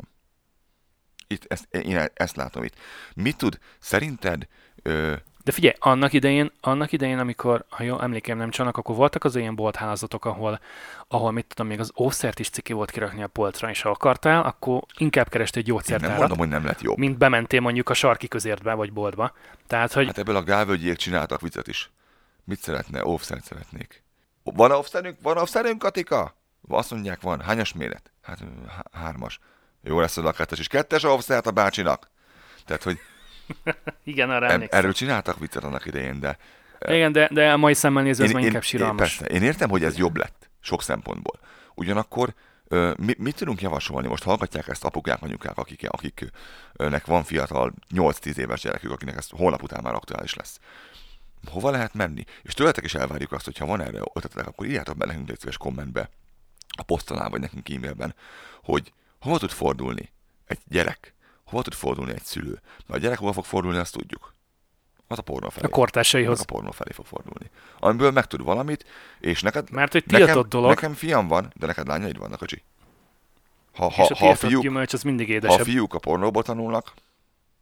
Én ezt látom itt. Mit tud szerinted... De figyelj, annak idején, amikor, ha jól emlékeim nem csalnak, akkor voltak az ilyen bolthálózatok, ahol mit tudom, még az óvszert is ciki volt kirakni a polcra, és ha akartál, akkor inkább kerestél egy gyógyszertárat. Nem mondom, hogy nem lett jobb. Mint bementél mondjuk a sarki közértbe, vagy boltba. Tehát, hogy... Hát ebből a gálvölgyiek csináltak viccet is. Mit szeretne? Óvszert szeretnék. Van óvszerünk, Katika? Azt mondják, van. Hányas méret? Hát 3-as. Jó lesz a 2-es is. 2-es óvszert a bácsinak. Tehát, hogy igen, arra emlékszem. Erről csináltak viccet annak idején, de... Igen, de a mai szemmel nézve ez már inkább siralmas. Persze, én értem, hogy ez jobb lett, sok szempontból. Ugyanakkor mit tudunk javasolni? Most hallgatják ezt apukák, anyukák, akiknek van fiatal 8-10 éves gyerekük, akinek ez holnap után már aktuális lesz. Hova lehet menni? És tőletek is elvárjuk azt, hogy ha van erre ötletetek, akkor írjátok be nekünk egy szíves kommentbe, a posztalán vagy nekünk e-mailben, hogy hova tud fordulni egy gyerek, hova tud fordulni egy szülő. Mert a gyerek hova fog fordulni, azt tudjuk. Az a pornó felé. A kortársaihoz. A pornó felé fog fordulni. Amiből megtud valamit, és neked... Mert hogy tiltott dolog. Nekem fiam van, de neked lányaid vannak, öcsi. És a tiltott gyümölcs az mindig édesebb. Ha a fiúk a pornóból tanulnak,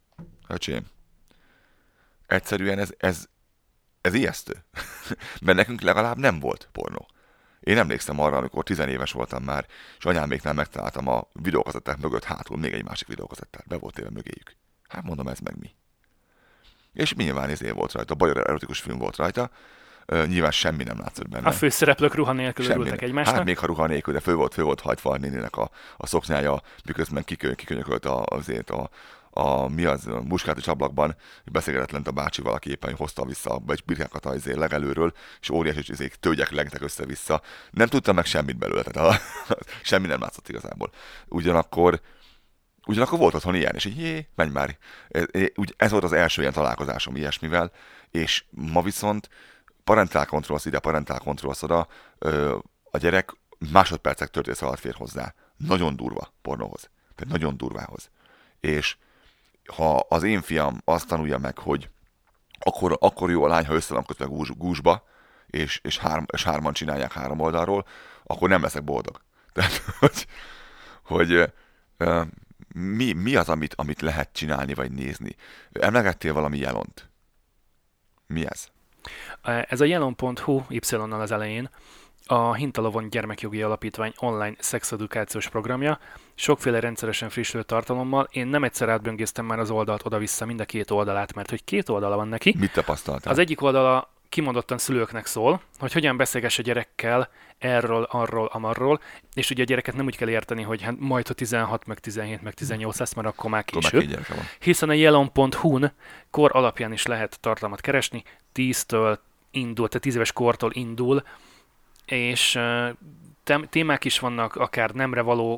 Öcsém, egyszerűen ez ijesztő. Mert nekünk legalább nem volt pornó. Én emlékszem arra, amikor 10 éves voltam már, és anyáméknál megtaláltam a videókazetták mögött hátul még egy másik videókazettát. Be volt téve mögéjük. Hát mondom, ez meg mi? És nyilván volt rajta, bajor erotikus film volt rajta, nyilván semmi nem látszott benne. A főszereplők ruha nélkül örültek egymásnak. Hát még ha ruha nélkül, de fő volt hajtva a néninek a szoknyája, miközben kikönyökölt a muskátos ablakban, beszélgetett lent a bácsival, aki éppen hozta vissza egy birkákat a legelőről, és óriási tölgyek legtek össze-vissza. Nem tudtam meg semmit belőle, tehát semmi nem látszott igazából. Ugyanakkor volt otthon ilyen, és így menj már. Ez volt az első ilyen találkozásom ilyesmivel, és ma viszont parental controls ide, parental controls oda, a gyerek másodpercek történet alatt fér hozzá. Nagyon durva pornóhoz. Tehát nagyon durvához. És ha az én fiam azt tanulja meg, hogy akkor jó a lány, ha össze van kötve gúzsba, és hárman csinálják 3 oldalról, akkor nem leszek boldog. Tehát, hogy mi az, amit lehet csinálni, vagy nézni? Emlegettél valami jelont? Mi ez? Ez a jelon.hu Y-nal az elején a Hintalovon Gyermekjogi Alapítvány online szexedukációs programja, sokféle rendszeresen frissülő tartalommal. Én nem egyszer átböngésztem már az oldalt oda-vissza, mind a 2 oldalát, mert hogy 2 oldala van neki. Mit tapasztaltál? Az egyik oldala kimondottan szülőknek szól, hogy hogyan beszélgess a gyerekkel erről, arról, amarról, és ugye a gyereket nem úgy kell érteni, hogy hát majd ha 16, meg 17, meg 18 lesz, mert akkor már később. Hiszen a jelon.hu-n kor alapján is lehet tartalmat keresni, 10-től indul, tehát 10 éves kortól indul, és témák is vannak, akár nemre való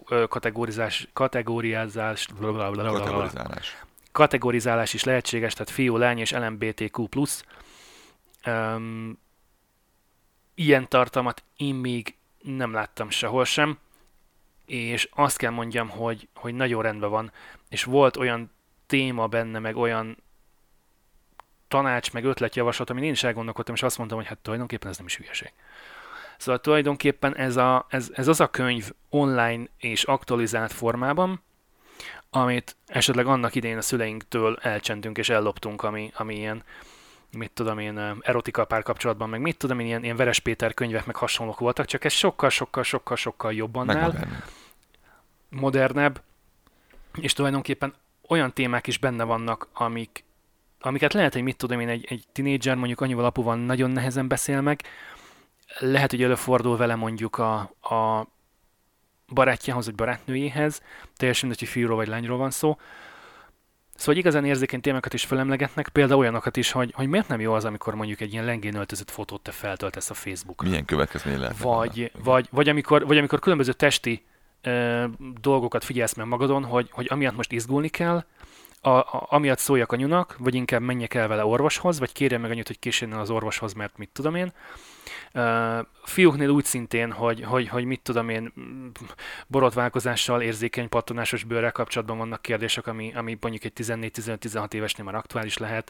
kategorizálás is lehetséges, tehát fiú, lány és LMBTQ+. Ilyen tartalmat én még nem láttam sehol sem, és azt kell mondjam, hogy nagyon rendben van, és volt olyan téma benne, meg olyan tanács, meg ötletjavaslat, amin én is elgondolkodtam, és azt mondtam, hogy hát tulajdonképpen ez nem is hülyeség. Szóval tulajdonképpen ez az a könyv online és aktualizált formában, amit esetleg annak idején a szüleinktől elcsentünk és elloptunk, ami ilyen, mit tudom én, erotika párkapcsolatban, meg mit tudom én, ilyen Veres Péter könyvek, meg hasonlók voltak, csak ez sokkal jobban áll, modernebb, és tulajdonképpen olyan témák is benne vannak, amiket lehet, hogy mit tudom én, egy tinédzser mondjuk annyival apuval nagyon nehezen beszél meg, lehet, hogy előfordul vele mondjuk a barátjához, vagy barátnőjéhez, teljesen mindegy, hogy fiúról vagy lányról van szó. Szóval igazán érzékeny témákat is felemlegetnek, például olyanokat is, hogy miért nem jó az, amikor mondjuk egy ilyen lengén öltözött fotót te feltöltesz a Facebookra. Milyen következmény lehet? Vagy amikor különböző testi dolgokat figyelsz meg magadon, hogy amiatt most izgulni kell, amiatt szóljak anyunak, vagy inkább menjek el vele orvoshoz, vagy kérjem meg anyut, hogy kísérjen az orvoshoz, mert mit tudom én. Fiúknél úgy szintén, hogy mit tudom én, borotválkozással, érzékeny pattanásos bőrrel kapcsolatban vannak kérdések, ami mondjuk egy 14-15-16 évesnél már aktuális lehet.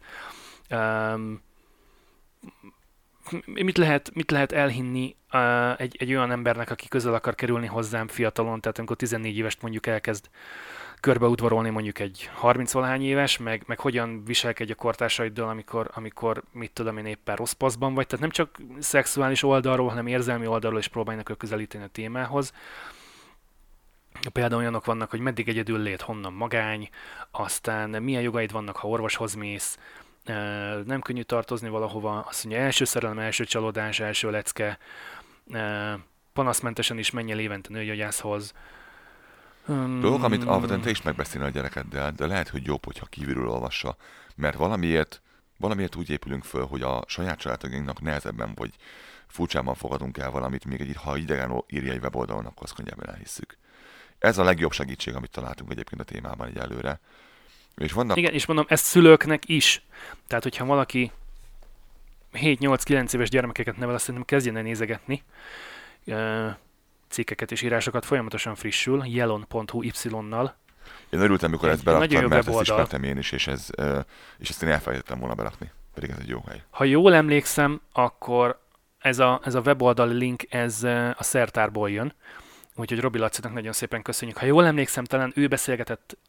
Mit lehet elhinni egy olyan embernek, aki közel akar kerülni hozzám fiatalon, tehát amikor 14 éves mondjuk elkezd körbeudvarolni mondjuk egy 30-valahány éves, meg hogyan viselkedj a kortársaiddal, amikor mit tudom én, éppen rossz paszban vagy. Tehát nem csak szexuális oldalról, hanem érzelmi oldalról is próbálnak közelíteni a témához. Például olyanok vannak, hogy meddig egyedül lét, honnan magány, aztán milyen jogaid vannak, ha orvoshoz mész, nem könnyű tartozni valahova, azt mondja, első szerelem, első csalódás, első lecke, panaszmentesen is menj el évente nőgyógyászhoz. Dolgok, amit alapvetően te is megbeszélni a gyerekeddel, de lehet, hogy jobb, hogyha kívülről olvassa, mert valamiért úgy épülünk föl, hogy a saját családtagjainknak nehezebben vagy furcsában fogadunk el valamit, még ha idegen írja egy weboldalon, akkor azt könnyebben elhisszük. Ez a legjobb segítség, amit találtunk egyébként a témában egyelőre. És vannak... Igen, és mondom, ez szülőknek is. Tehát, hogyha valaki 7-8-9 éves gyermekeket nevel, azt szerintem kezdjen el nézegetni. Cikkeket és írásokat folyamatosan frissül, jelon.hu Y-nal. Én örültem, mikor ezt beraktam, mert ezt ismertem én is, és ezt én elfelejtettem volna berakni. Pedig ez egy jó hely. Ha jól emlékszem, akkor ez a weboldal link, ez a szertárból jön. Úgyhogy Robi Lacinak nagyon szépen köszönjük. Ha jól emlékszem, talán ő beszélgetett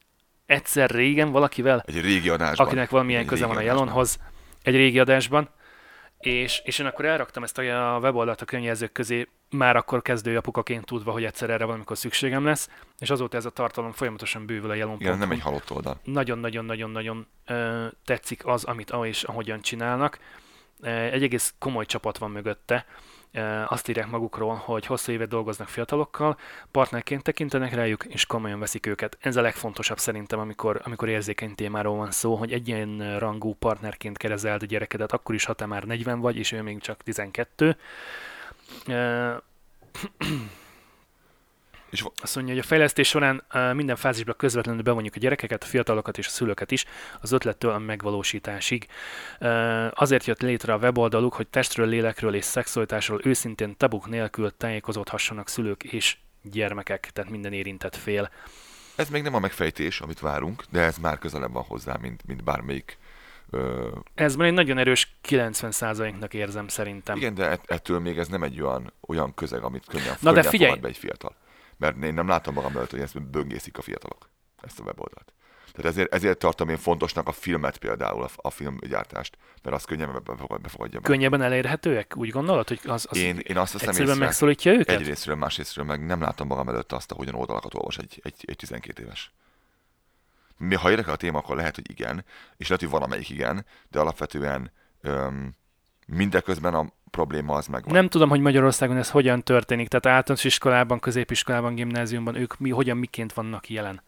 egyszer régen valakivel, Egy régi adásban. akinek valamilyen Egy köze van a régi adásban. Jelonhoz, egy régi adásban, és én akkor elraktam ezt a weboldalt a könyvjelzők közé, már akkor kezdőapukaként tudva, hogy egyszer erre valamikor szükségem lesz, és azóta ez a tartalom folyamatosan bővül a Jelon.hu. Igen, nem egy halott oldal. Nagyon-nagyon-nagyon-nagyon tetszik az, amit és ahogyan csinálnak. Egy egész komoly csapat van mögötte. Azt írják magukról, hogy hosszú évet dolgoznak fiatalokkal, partnerként tekintenek rájuk, és komolyan veszik őket. Ez a legfontosabb szerintem, amikor érzékeny témáról van szó, hogy egy ilyen rangú partnerként kereseld a gyerekedet, akkor is, ha te már 40 vagy, és ő még csak 12. És Azt mondja, hogy a fejlesztés során minden fázisban közvetlenül bevonjuk a gyerekeket, a fiatalokat és a szülőket is, az ötlettől a megvalósításig. Azért jött létre a weboldaluk, hogy testről, lélekről és szexualitásról őszintén tabuk nélkül tájékozódhassanak szülők és gyermekek, tehát minden érintett fél. ez még nem a megfejtés, amit várunk, de ez már közelebb van hozzá, mint bármelyik. Ez már egy nagyon erős 90%-nak érzem szerintem. Igen, de ettől még ez nem egy olyan közeg, amit könnyen de figyelj! fogad be egy fiatal. Mert én nem látom magam előtt, hogy ezt böngészik a fiatalok, ezt a weboldalt. Tehát ezért tartom én fontosnak a filmet például, a filmgyártást, mert az könnyebben befogadja be. Könnyebben elérhetőek? Úgy gondolod, hogy az Én azt veszem egyszerűen észre, megszólítja őket? egyrésztről, másrésztről meg nem látom magam előtt azt, ahogyan oldalakat olvas egy 12 éves. Ha érdekel a téma, akkor lehet, hogy igen, és lehet, hogy valamelyik igen, de alapvetően mindeközben a probléma az megvan. Nem tudom, hogy Magyarországon ez hogyan történik, tehát általános iskolában, középiskolában, gimnáziumban ők hogyan miként vannak jelen.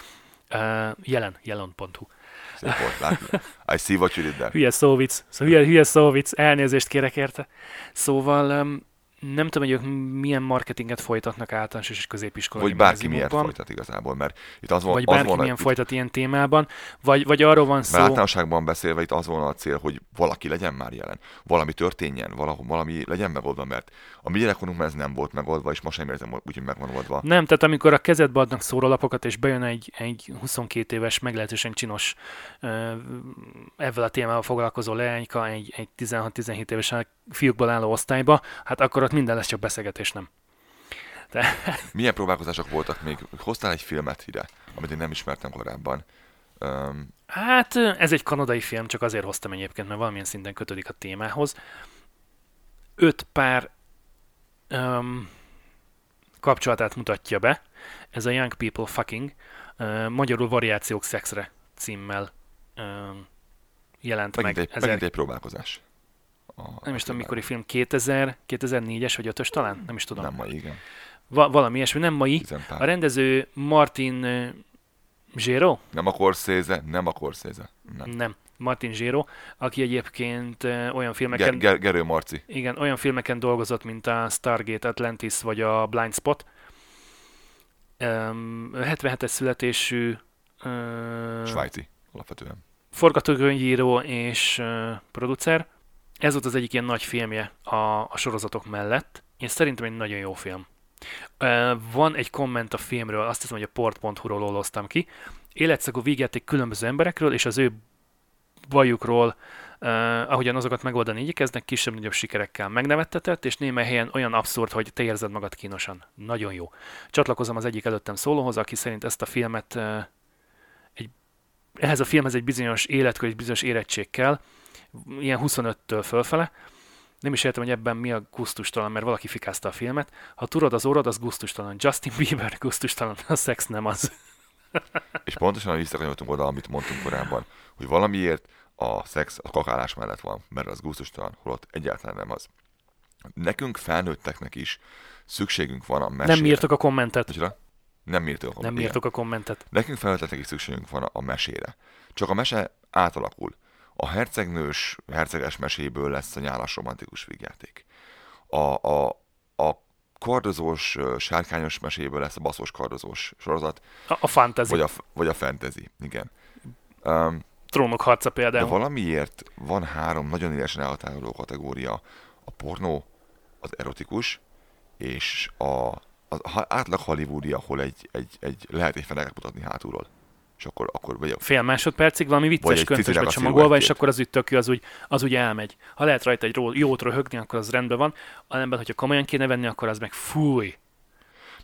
Jelon.hu. Szép volt, látni. I see what you did there. Hülye szóvic, hülye szóvic, elnézést kérek érte. Szóval nem tudom, hogy ők milyen marketinget folytatnak általános és középiskola Vagy bárki miért gimnáziumokban, folytat igazából, mert itt az vagy bárki milyen folytat ilyen témában, vagy arról van mert szó... általánosságban beszélve itt az volna a cél, hogy valaki legyen már jelen, valami történjen, valami legyen megoldva, mert a mi gyerekkorunkban ez nem volt megoldva, és most sem érzem úgy, hogy meg van oldva. Nem, tehát amikor a kezedbe adnak szórólapokat, és bejön egy 22 éves, meglehetősen csinos, ezzel a témával foglalkozó leányka egy 16-17 éves fiúkból álló osztályba, hát akkor ott minden lesz, csak beszélgetés, nem. Milyen próbálkozások voltak még? Hoztál egy filmet ide, amit én nem ismertem korábban. Hát ez egy kanadai film, csak azért hoztam egyébként, mert valamilyen szinten kötődik a témához. 5 pár kapcsolatát mutatja be. Ez a Young People Fucking, magyarul Variációk szexre címmel jelent meg. Megint egy próbálkozás. Nem is tudom, mikori film, 2004-es vagy 5-ös talán? Nem is tudom. Nem mai, igen. Valami ilyesmi, nem mai. A rendező Martin Zsero? Nem a Scorsese. Nem. Martin Zsero, aki egyébként olyan filmeken... Gerő Marci. Igen, olyan filmeken dolgozott, mint a Stargate Atlantis vagy a Blind Spot. 77-es születésű... Svájci, alapvetően. Forgatókönyvíró és producer. Ez volt az egyik ilyen nagy filmje a sorozatok mellett. Én szerintem egy nagyon jó film. Van egy komment a filmről, azt hiszem, hogy a port.hu-ról olvastam ki. Életszakú végjáték különböző emberekről, és az ő bajukról, ahogyan azokat megoldani igyekeznek, kisebb-nagyobb sikerekkel megnevettetett, és némely helyen olyan abszurd, hogy te érzed magad kínosan. Nagyon jó. Csatlakozom az egyik előttem szólóhoz, aki szerint ezt a filmet ehhez a filmhez egy bizonyos életkor, egy bizonyos érettség kell, ilyen 25-től fölfele. Nem is értem, hogy ebben mi a gusztustalan, mert valaki fikázta a filmet. Ha tudod az orrod, az gusztustalan. Justin Bieber gusztustalan, a szex nem az. És pontosan visszakanyoltunk oda, amit mondtunk korábban, hogy valamiért a szex a kakálás mellett van, mert az gusztustalan, holott egyáltalán nem az. Nekünk felnőtteknek is szükségünk van a mesére. Nem írtok a kommentet. Ugyan? Nem írtok a kommentet. Nekünk felnőtteknek is szükségünk van a mesére. Csak a mese átalakul. A herceges meséből lesz a nyálas romantikus vígjáték. A kardozós, sárkányos meséből lesz a baszós kardozós sorozat. A fantasy. Vagy a fantasy, igen. Trónok harca például. De valamiért van 3 nagyon élesen elhatároló kategória. A pornó, az erotikus, és az átlag hollywoodi, ahol lehet egy feneket mutatni hátulról. És akkor vagy fél másodpercig valami vicces köntösbe csomagolva, és akkor az úgy tök jó, az úgy elmegy. Ha lehet rajta egy jót röhögni, akkor az rendben van. Ellenben, hogyha komolyan kéne venni, akkor az meg fúj.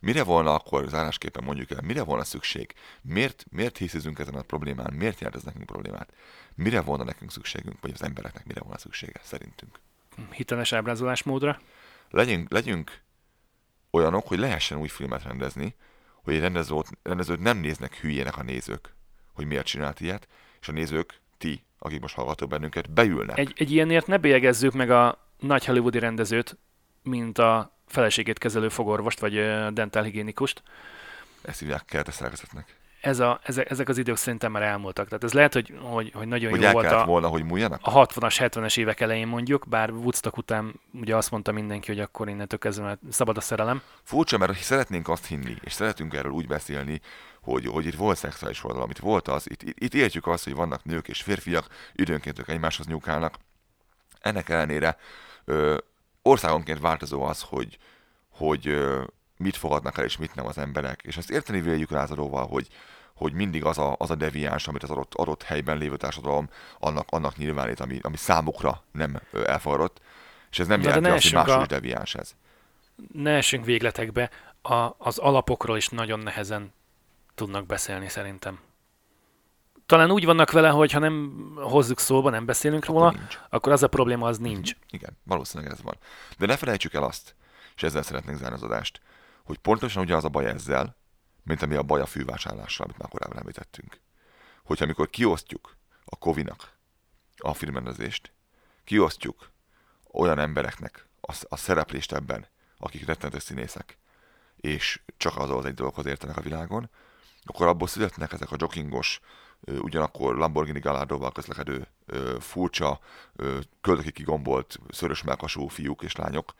Mire volna akkor zárásképpen mondjuk el, mire volna szükség? Miért hiszizünk ezen a problémán? Miért jelent ez nekünk problémát? Mire volna nekünk szükségünk, vagy az embereknek mire volna szüksége szerintünk? Hiteles ábrázolásmódra. Legyünk olyanok, hogy lehessen új filmet rendezni, hogy egy rendezőt nem néznek hülyének a nézők, hogy miért csinált ilyet, és a nézők, ti, akik most hallgatok bennünket, beülnek. Egy ilyenért ne bélyegezzük meg a nagy hollywoodi rendezőt, mint a feleségét kezelő fogorvost, vagy dentálhigiénikust. Ezt hívják kertesszerkezetnek. Ezek az idők szerintem már elmúltak. Tehát ez lehet, hogy nagyon hogy jó volt volna, hogy múljanak? A 60-as, 70-es évek elején mondjuk, bár Woodstock után ugye azt mondta mindenki, hogy akkor innentől kezdve szabad a szerelem. Furcsa, mert szeretnénk azt hinni, és szeretünk erről úgy beszélni, hogy itt volt szexuális forradalom, itt volt az, itt értjük azt, hogy vannak nők és férfiak, időnként ők egymáshoz nyúkálnak. Ennek ellenére országonként változó az, hogy mit fogadnak el és mit nem az emberek. És ezt érteni véljük Lázaróval, hogy mindig az a deviáns, amit az adott helyben lévő társadalom annak nyilvánít, ami számukra nem elfogadott. És ez nem jelenti azt, hogy máshol is deviáns ez. Ne essünk végletekbe. Az alapokról is nagyon nehezen tudnak beszélni szerintem. Talán úgy vannak vele, hogy ha nem hozzuk szóba, nem beszélünk róla, akkor az a probléma, az nincs. Igen, valószínűleg ez van. De ne felejtsük el azt, és ezzel szeretnénk zárni az adást, hogy pontosan ugyanaz a baj ezzel, mint ami a baj a fűvásárlással, amit már korábban említettünk. Hogyha amikor kiosztjuk a Kovinak a filmrendezést, kiosztjuk olyan embereknek a szereplést ebben, akik rettenetes színészek, és csak az egy dologhoz értenek a világon, akkor abból születnek ezek a joggingos, ugyanakkor Lamborghini Gallardoval közlekedő, furcsa, köldökig kigombolt, szörös mellkasú fiúk és lányok,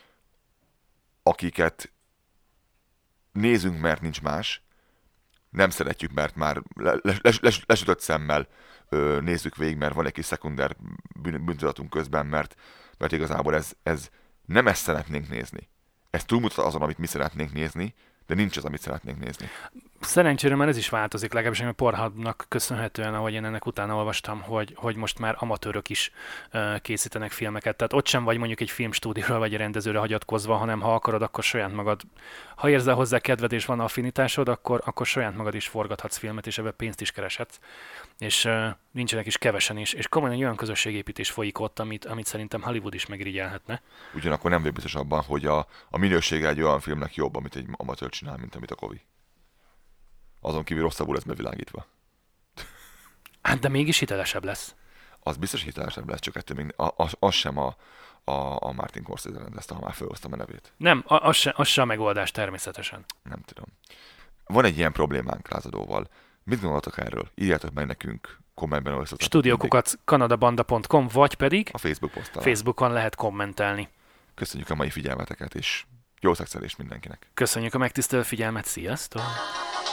akiket nézünk, mert nincs más, nem szeretjük, mert már lesütött szemmel nézzük végig, mert van egy kis szekunder bűntudatunk közben, mert igazából ez nem ezt szeretnénk nézni. Ez túlmutat azon, amit mi szeretnénk nézni, de nincs az, amit szeretnénk nézni. Szerencsére már ez is változik, legalábbis a Pornhubnak köszönhetően, ahogy én ennek utána olvastam, hogy most már amatőrök is készítenek filmeket. Tehát ott sem vagy mondjuk egy filmstúdióra vagy egy rendezőre hagyatkozva, hanem ha akarod, akkor saját magad, ha érzel hozzá kedved és van affinitásod, akkor saját magad is forgathatsz filmet, és ebben pénzt is kereshetsz. És nincsenek is kevesen is. És komolyan olyan közösségépítés folyik ott, amit szerintem Hollywood is megirigyelhetne. Ugyanakkor nem vagyok biztos abban, hogy a minősége egy olyan filmnek jobb, amit egy amatőr csinál, mint amit a Kovi. Azon kívül rosszabbul lesz bevilágítva. Hát de mégis hitelesebb lesz. Az biztos hitelesebb lesz, csak ettől még az sem a Martin Scorsese rendezte, ha már felhoztam a nevét. Nem, az sem a megoldás természetesen. Nem tudom. Van egy ilyen problémánk Lázadóval. Mit gondoltok erről? Írjátok meg nekünk kommentben, ahol Studiokukac.kanadabanda.com, vagy pedig a Facebook poszttal. Facebookon lehet kommentelni. Köszönjük a mai figyelmeteket, és jó szexelést mindenkinek. Köszönjük a megtisztelő figyelmet, sziasztok!